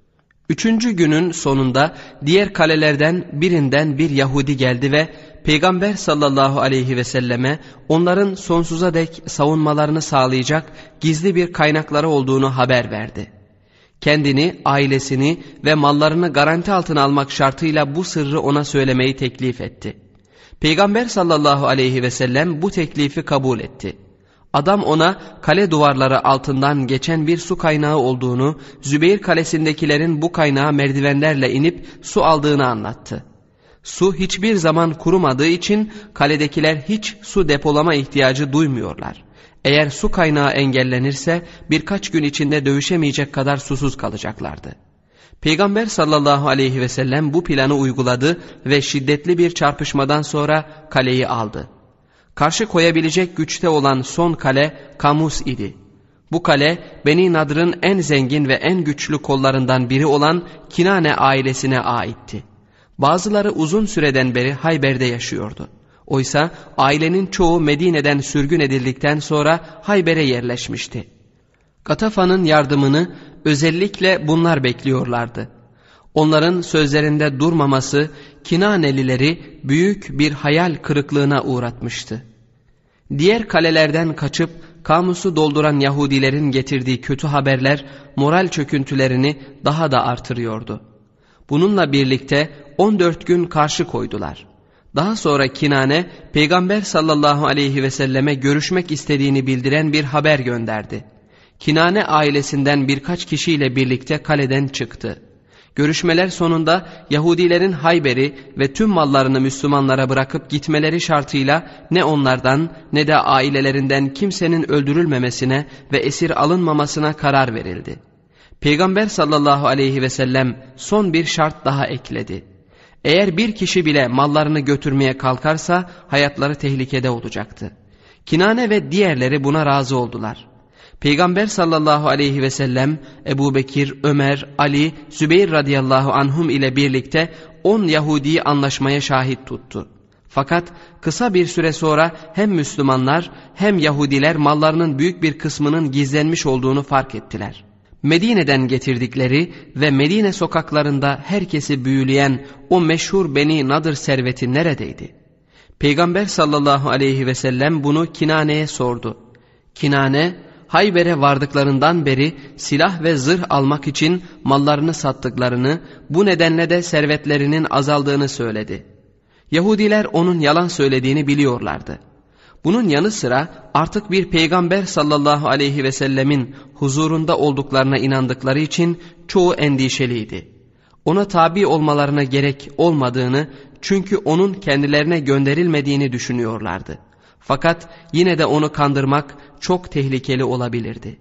3. günün sonunda diğer kalelerden birinden bir Yahudi geldi ve Peygamber sallallahu aleyhi ve selleme onların sonsuza dek savunmalarını sağlayacak gizli bir kaynakları olduğunu haber verdi. Kendini, ailesini ve mallarını garanti altına almak şartıyla bu sırrı ona söylemeyi teklif etti. Peygamber sallallahu aleyhi ve sellem bu teklifi kabul etti. Adam ona kale duvarları altından geçen bir su kaynağı olduğunu, Zübeyir kalesindekilerin bu kaynağa merdivenlerle inip su aldığını anlattı. Su hiçbir zaman kurumadığı için kaledekiler hiç su depolama ihtiyacı duymuyorlar. Eğer su kaynağı engellenirse birkaç gün içinde dövüşemeyecek kadar susuz kalacaklardı. Peygamber sallallahu aleyhi ve sellem bu planı uyguladı ve şiddetli bir çarpışmadan sonra kaleyi aldı. Karşı koyabilecek güçte olan son kale Kamus idi. Bu kale Beni Nadr'ın en zengin ve en güçlü kollarından biri olan Kinane ailesine aitti. Bazıları uzun süreden beri Hayber'de yaşıyordu. Oysa ailenin çoğu Medine'den sürgün edildikten sonra Hayber'e yerleşmişti. Gatafa'nın yardımını özellikle bunlar bekliyorlardı. Onların sözlerinde durmaması Kinanelileri büyük bir hayal kırıklığına uğratmıştı. Diğer kalelerden kaçıp kamusu dolduran Yahudilerin getirdiği kötü haberler moral çöküntülerini daha da artırıyordu. Bununla birlikte 14 gün karşı koydular. Daha sonra Kinane, Peygamber sallallahu aleyhi ve selleme görüşmek istediğini bildiren bir haber gönderdi. Kinane ailesinden birkaç kişiyle birlikte kaleden çıktı. Görüşmeler sonunda Yahudilerin Hayber'i ve tüm mallarını Müslümanlara bırakıp gitmeleri şartıyla ne onlardan ne de ailelerinden kimsenin öldürülmemesine ve esir alınmamasına karar verildi. Peygamber sallallahu aleyhi ve sellem son bir şart daha ekledi. Eğer bir kişi bile mallarını götürmeye kalkarsa hayatları tehlikede olacaktı. Kinane ve diğerleri buna razı oldular. Peygamber sallallahu aleyhi ve sellem Ebu Bekir, Ömer, Ali, Zübeyir radıyallahu anhum ile birlikte 10 Yahudi'yi anlaşmaya şahit tuttu. Fakat kısa bir süre sonra hem Müslümanlar hem Yahudiler mallarının büyük bir kısmının gizlenmiş olduğunu fark ettiler. Medine'den getirdikleri ve Medine sokaklarında herkesi büyüleyen o meşhur Beni Nadr serveti neredeydi? Peygamber sallallahu aleyhi ve sellem bunu Kinane'ye sordu. Kinane, Hayber'e vardıklarından beri silah ve zırh almak için mallarını sattıklarını, bu nedenle de servetlerinin azaldığını söyledi. Yahudiler onun yalan söylediğini biliyorlardı. Bunun yanı sıra artık bir peygamber sallallahu aleyhi ve sellemin huzurunda olduklarına inandıkları için çoğu endişeliydi. Ona tabi olmalarına gerek olmadığını, çünkü onun kendilerine gönderilmediğini düşünüyorlardı. Fakat yine de onu kandırmak çok tehlikeli olabilirdi.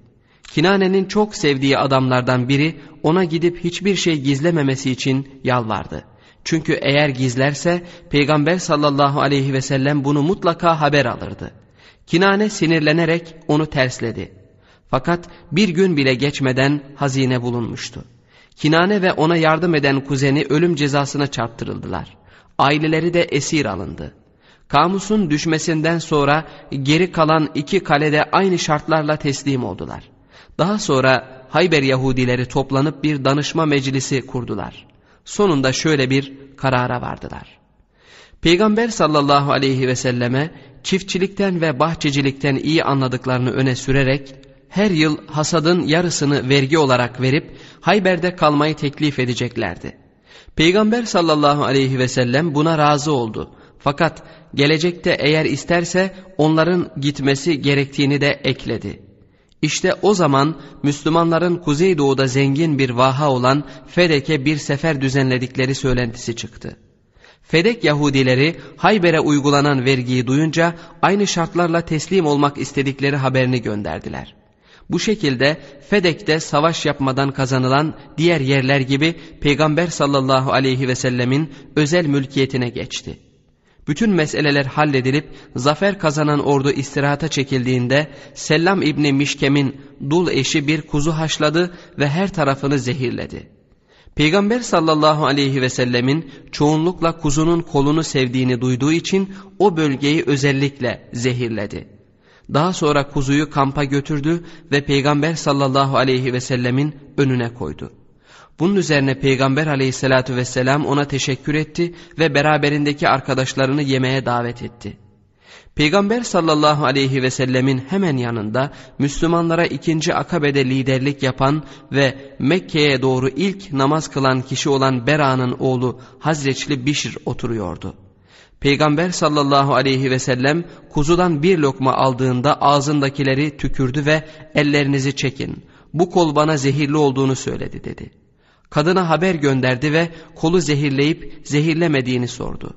Kinane'nin çok sevdiği adamlardan biri ona gidip hiçbir şey gizlememesi için yalvardı. Çünkü eğer gizlerse Peygamber sallallahu aleyhi ve sellem bunu mutlaka haber alırdı. Kinane sinirlenerek onu tersledi. Fakat bir gün bile geçmeden hazine bulunmuştu. Kinane ve ona yardım eden kuzeni ölüm cezasına çarptırıldılar. Aileleri de esir alındı. Kamus'un düşmesinden sonra geri kalan 2 kalede aynı şartlarla teslim oldular. Daha sonra Hayber Yahudileri toplanıp bir danışma meclisi kurdular. Sonunda şöyle bir karara vardılar. Peygamber sallallahu aleyhi ve selleme çiftçilikten ve bahçecilikten iyi anladıklarını öne sürerek her yıl hasadın yarısını vergi olarak verip Hayber'de kalmayı teklif edeceklerdi. Peygamber sallallahu aleyhi ve sellem buna razı oldu. Fakat gelecekte eğer isterse onların gitmesi gerektiğini de ekledi. İşte o zaman Müslümanların kuzeydoğuda zengin bir vaha olan Fedek'e bir sefer düzenledikleri söylentisi çıktı. Fedek Yahudileri Hayber'e uygulanan vergiyi duyunca aynı şartlarla teslim olmak istedikleri haberini gönderdiler. Bu şekilde Fedek'te savaş yapmadan kazanılan diğer yerler gibi Peygamber sallallahu aleyhi ve sellemin özel mülkiyetine geçti. Bütün meseleler halledilip zafer kazanan ordu istirahata çekildiğinde Sellam İbni Mişkem'in dul eşi bir kuzu haşladı ve her tarafını zehirledi. Peygamber sallallahu aleyhi ve sellemin çoğunlukla kuzunun kolunu sevdiğini duyduğu için o bölgeyi özellikle zehirledi. Daha sonra kuzuyu kampa götürdü ve Peygamber sallallahu aleyhi ve sellemin önüne koydu. Bunun üzerine Peygamber aleyhissalatü vesselam ona teşekkür etti ve beraberindeki arkadaşlarını yemeğe davet etti. Peygamber sallallahu aleyhi ve sellemin hemen yanında Müslümanlara 2. Akabe'de liderlik yapan ve Mekke'ye doğru ilk namaz kılan kişi olan Bera'nın oğlu Hazreçli Bişr oturuyordu. Peygamber sallallahu aleyhi ve sellem kuzudan bir lokma aldığında ağzındakileri tükürdü ve ellerinizi çekin, bu kol bana zehirli olduğunu söyledi dedi. Kadına haber gönderdi ve kolu zehirleyip zehirlemediğini sordu.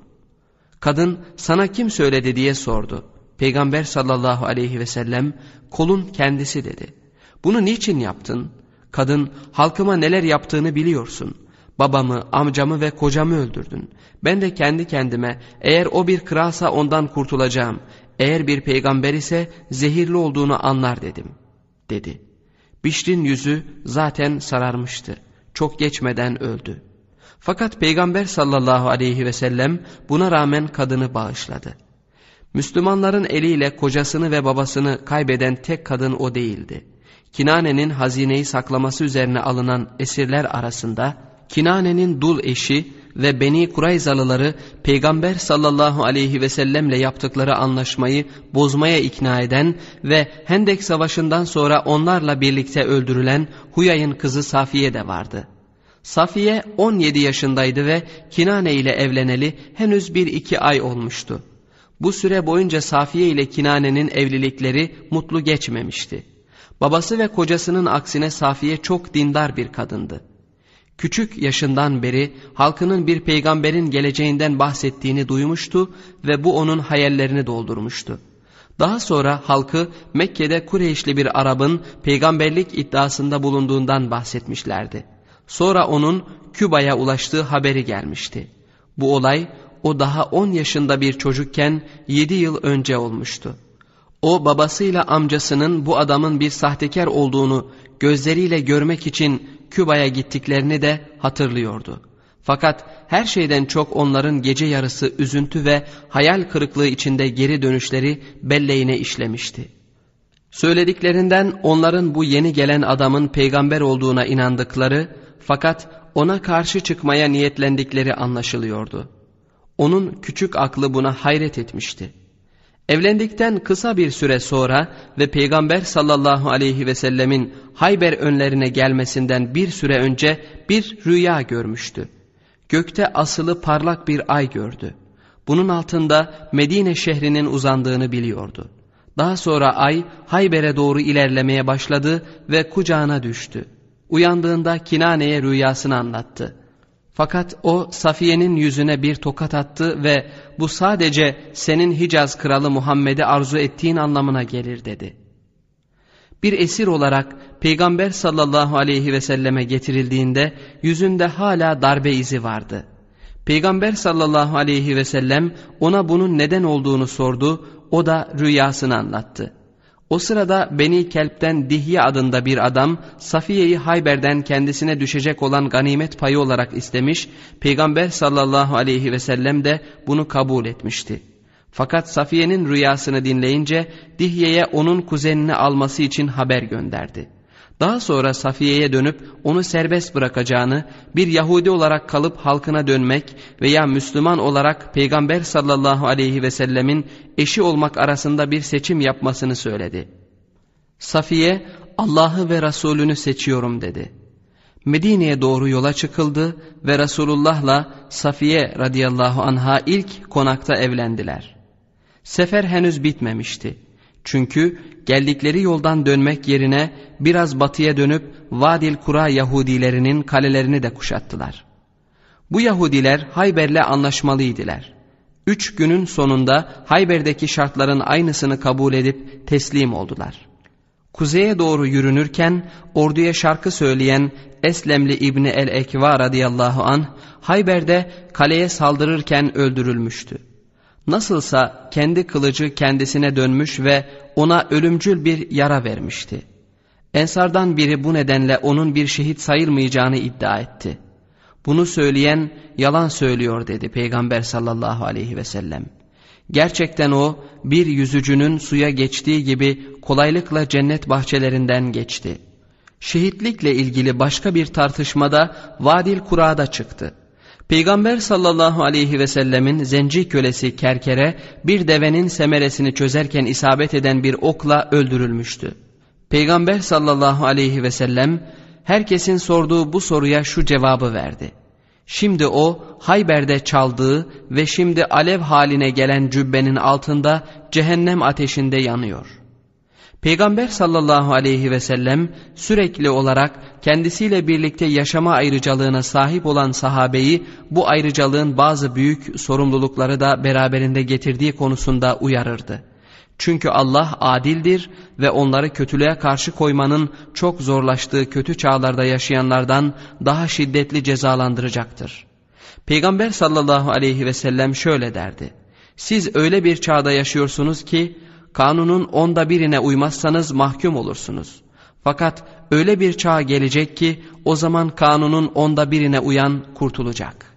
Kadın sana kim söyledi diye sordu. Peygamber sallallahu aleyhi ve sellem kolun kendisi dedi. Bunu niçin yaptın? Kadın halkıma neler yaptığını biliyorsun. Babamı, amcamı ve kocamı öldürdün. Ben de kendi kendime eğer o bir kralsa ondan kurtulacağım. Eğer bir peygamber ise zehirli olduğunu anlar dedim dedi. Bişr'in yüzü zaten sararmıştı. Çok geçmeden öldü. Fakat Peygamber sallallahu aleyhi ve sellem buna rağmen kadını bağışladı. Müslümanların eliyle kocasını ve babasını kaybeden tek kadın o değildi. Kinane'nin hazineyi saklaması üzerine alınan esirler arasında Kinane'nin dul eşi ve Beni Kurayzalıları Peygamber sallallahu aleyhi ve sellemle yaptıkları anlaşmayı bozmaya ikna eden ve Hendek Savaşı'ndan sonra onlarla birlikte öldürülen Huyay'ın kızı Safiye de vardı. Safiye 17 yaşındaydı ve Kinane ile evleneli henüz 1-2 ay olmuştu. Bu süre boyunca Safiye ile Kinane'nin evlilikleri mutlu geçmemişti. Babası ve kocasının aksine Safiye çok dindar bir kadındı. Küçük yaşından beri halkının bir peygamberin geleceğinden bahsettiğini duymuştu ve bu onun hayallerini doldurmuştu. Daha sonra halkı Mekke'de Kureyşli bir Arap'ın peygamberlik iddiasında bulunduğundan bahsetmişlerdi. Sonra onun Küba'ya ulaştığı haberi gelmişti. Bu olay o daha 10 yaşında bir çocukken 7 yıl önce olmuştu. O babasıyla amcasının bu adamın bir sahtekar olduğunu gözleriyle görmek için Küba'ya gittiklerini de hatırlıyordu. Fakat her şeyden çok onların gece yarısı üzüntü ve hayal kırıklığı içinde geri dönüşleri belleğine işlemişti. Söylediklerinden onların bu yeni gelen adamın peygamber olduğuna inandıkları fakat ona karşı çıkmaya niyetlendikleri anlaşılıyordu. Onun küçük aklı buna hayret etmişti. Evlendikten kısa bir süre sonra ve Peygamber sallallahu aleyhi ve sellemin Hayber önlerine gelmesinden bir süre önce bir rüya görmüştü. Gökte asılı parlak bir ay gördü. Bunun altında Medine şehrinin uzandığını biliyordu. Daha sonra ay Hayber'e doğru ilerlemeye başladı ve kucağına düştü. Uyandığında Kinane'ye rüyasını anlattı. Fakat o Safiye'nin yüzüne bir tokat attı ve bu sadece senin Hicaz kralı Muhammed'i arzu ettiğin anlamına gelir dedi. bir esir olarak Peygamber sallallahu aleyhi ve selleme getirildiğinde yüzünde hala darbe izi vardı. Peygamber sallallahu aleyhi ve sellem ona bunun neden olduğunu sordu, o da rüyasını anlattı. O sırada Beni Kelp'ten Dihye adında bir adam Safiye'yi Hayber'den kendisine düşecek olan ganimet payı olarak istemiş, Peygamber sallallahu aleyhi ve sellem de bunu kabul etmişti. Fakat Safiye'nin rüyasını dinleyince Dihye'ye onun kuzenini alması için haber gönderdi. Daha sonra Safiye'ye dönüp onu serbest bırakacağını, bir Yahudi olarak kalıp halkına dönmek veya Müslüman olarak Peygamber sallallahu aleyhi ve sellemin eşi olmak arasında bir seçim yapmasını söyledi. Safiye, Allah'ı ve Resulünü seçiyorum dedi. Medine'ye doğru yola çıkıldı ve Resulullah'la Safiye radıyallahu anha ilk konakta evlendiler. Sefer henüz bitmemişti. Çünkü geldikleri yoldan dönmek yerine biraz batıya dönüp Vadil Kura Yahudilerinin kalelerini de kuşattılar. Bu Yahudiler Hayber'le anlaşmalıydılar. 3 günün sonunda Hayber'deki şartların aynısını kabul edip teslim oldular. Kuzeye doğru yürünürken orduya şarkı söyleyen Eslemli İbni el-Ekva radıyallahu anh Hayber'de kaleye saldırırken öldürülmüştü. Nasılsa kendi kılıcı kendisine dönmüş ve ona ölümcül bir yara vermişti. Ensardan biri bu nedenle onun bir şehit sayılmayacağını iddia etti. Bunu söyleyen yalan söylüyor dedi Peygamber sallallahu aleyhi ve sellem. Gerçekten o bir yüzücünün suya geçtiği gibi kolaylıkla cennet bahçelerinden geçti. Şehitlikle ilgili başka bir tartışmada Vadil Kura'da çıktı. Peygamber sallallahu aleyhi ve sellemin zenci kölesi Kerkere bir devenin semeresini çözerken isabet eden bir okla öldürülmüştü. Peygamber sallallahu aleyhi ve sellem herkesin sorduğu bu soruya şu cevabı verdi. Şimdi o Hayber'de çaldığı ve şimdi alev haline gelen cübbenin altında cehennem ateşinde yanıyor. Peygamber sallallahu aleyhi ve sellem sürekli olarak kendisiyle birlikte yaşama ayrıcalığına sahip olan sahabeyi bu ayrıcalığın bazı büyük sorumlulukları da beraberinde getirdiği konusunda uyarırdı. Çünkü Allah adildir ve onları kötülüğe karşı koymanın çok zorlaştığı kötü çağlarda yaşayanlardan daha şiddetli cezalandıracaktır. Peygamber sallallahu aleyhi ve sellem şöyle derdi: siz öyle bir çağda yaşıyorsunuz ki kanunun 1/10'ine uymazsanız mahkum olursunuz. Fakat öyle bir çağ gelecek ki o zaman kanunun 1/10'ine uyan kurtulacak.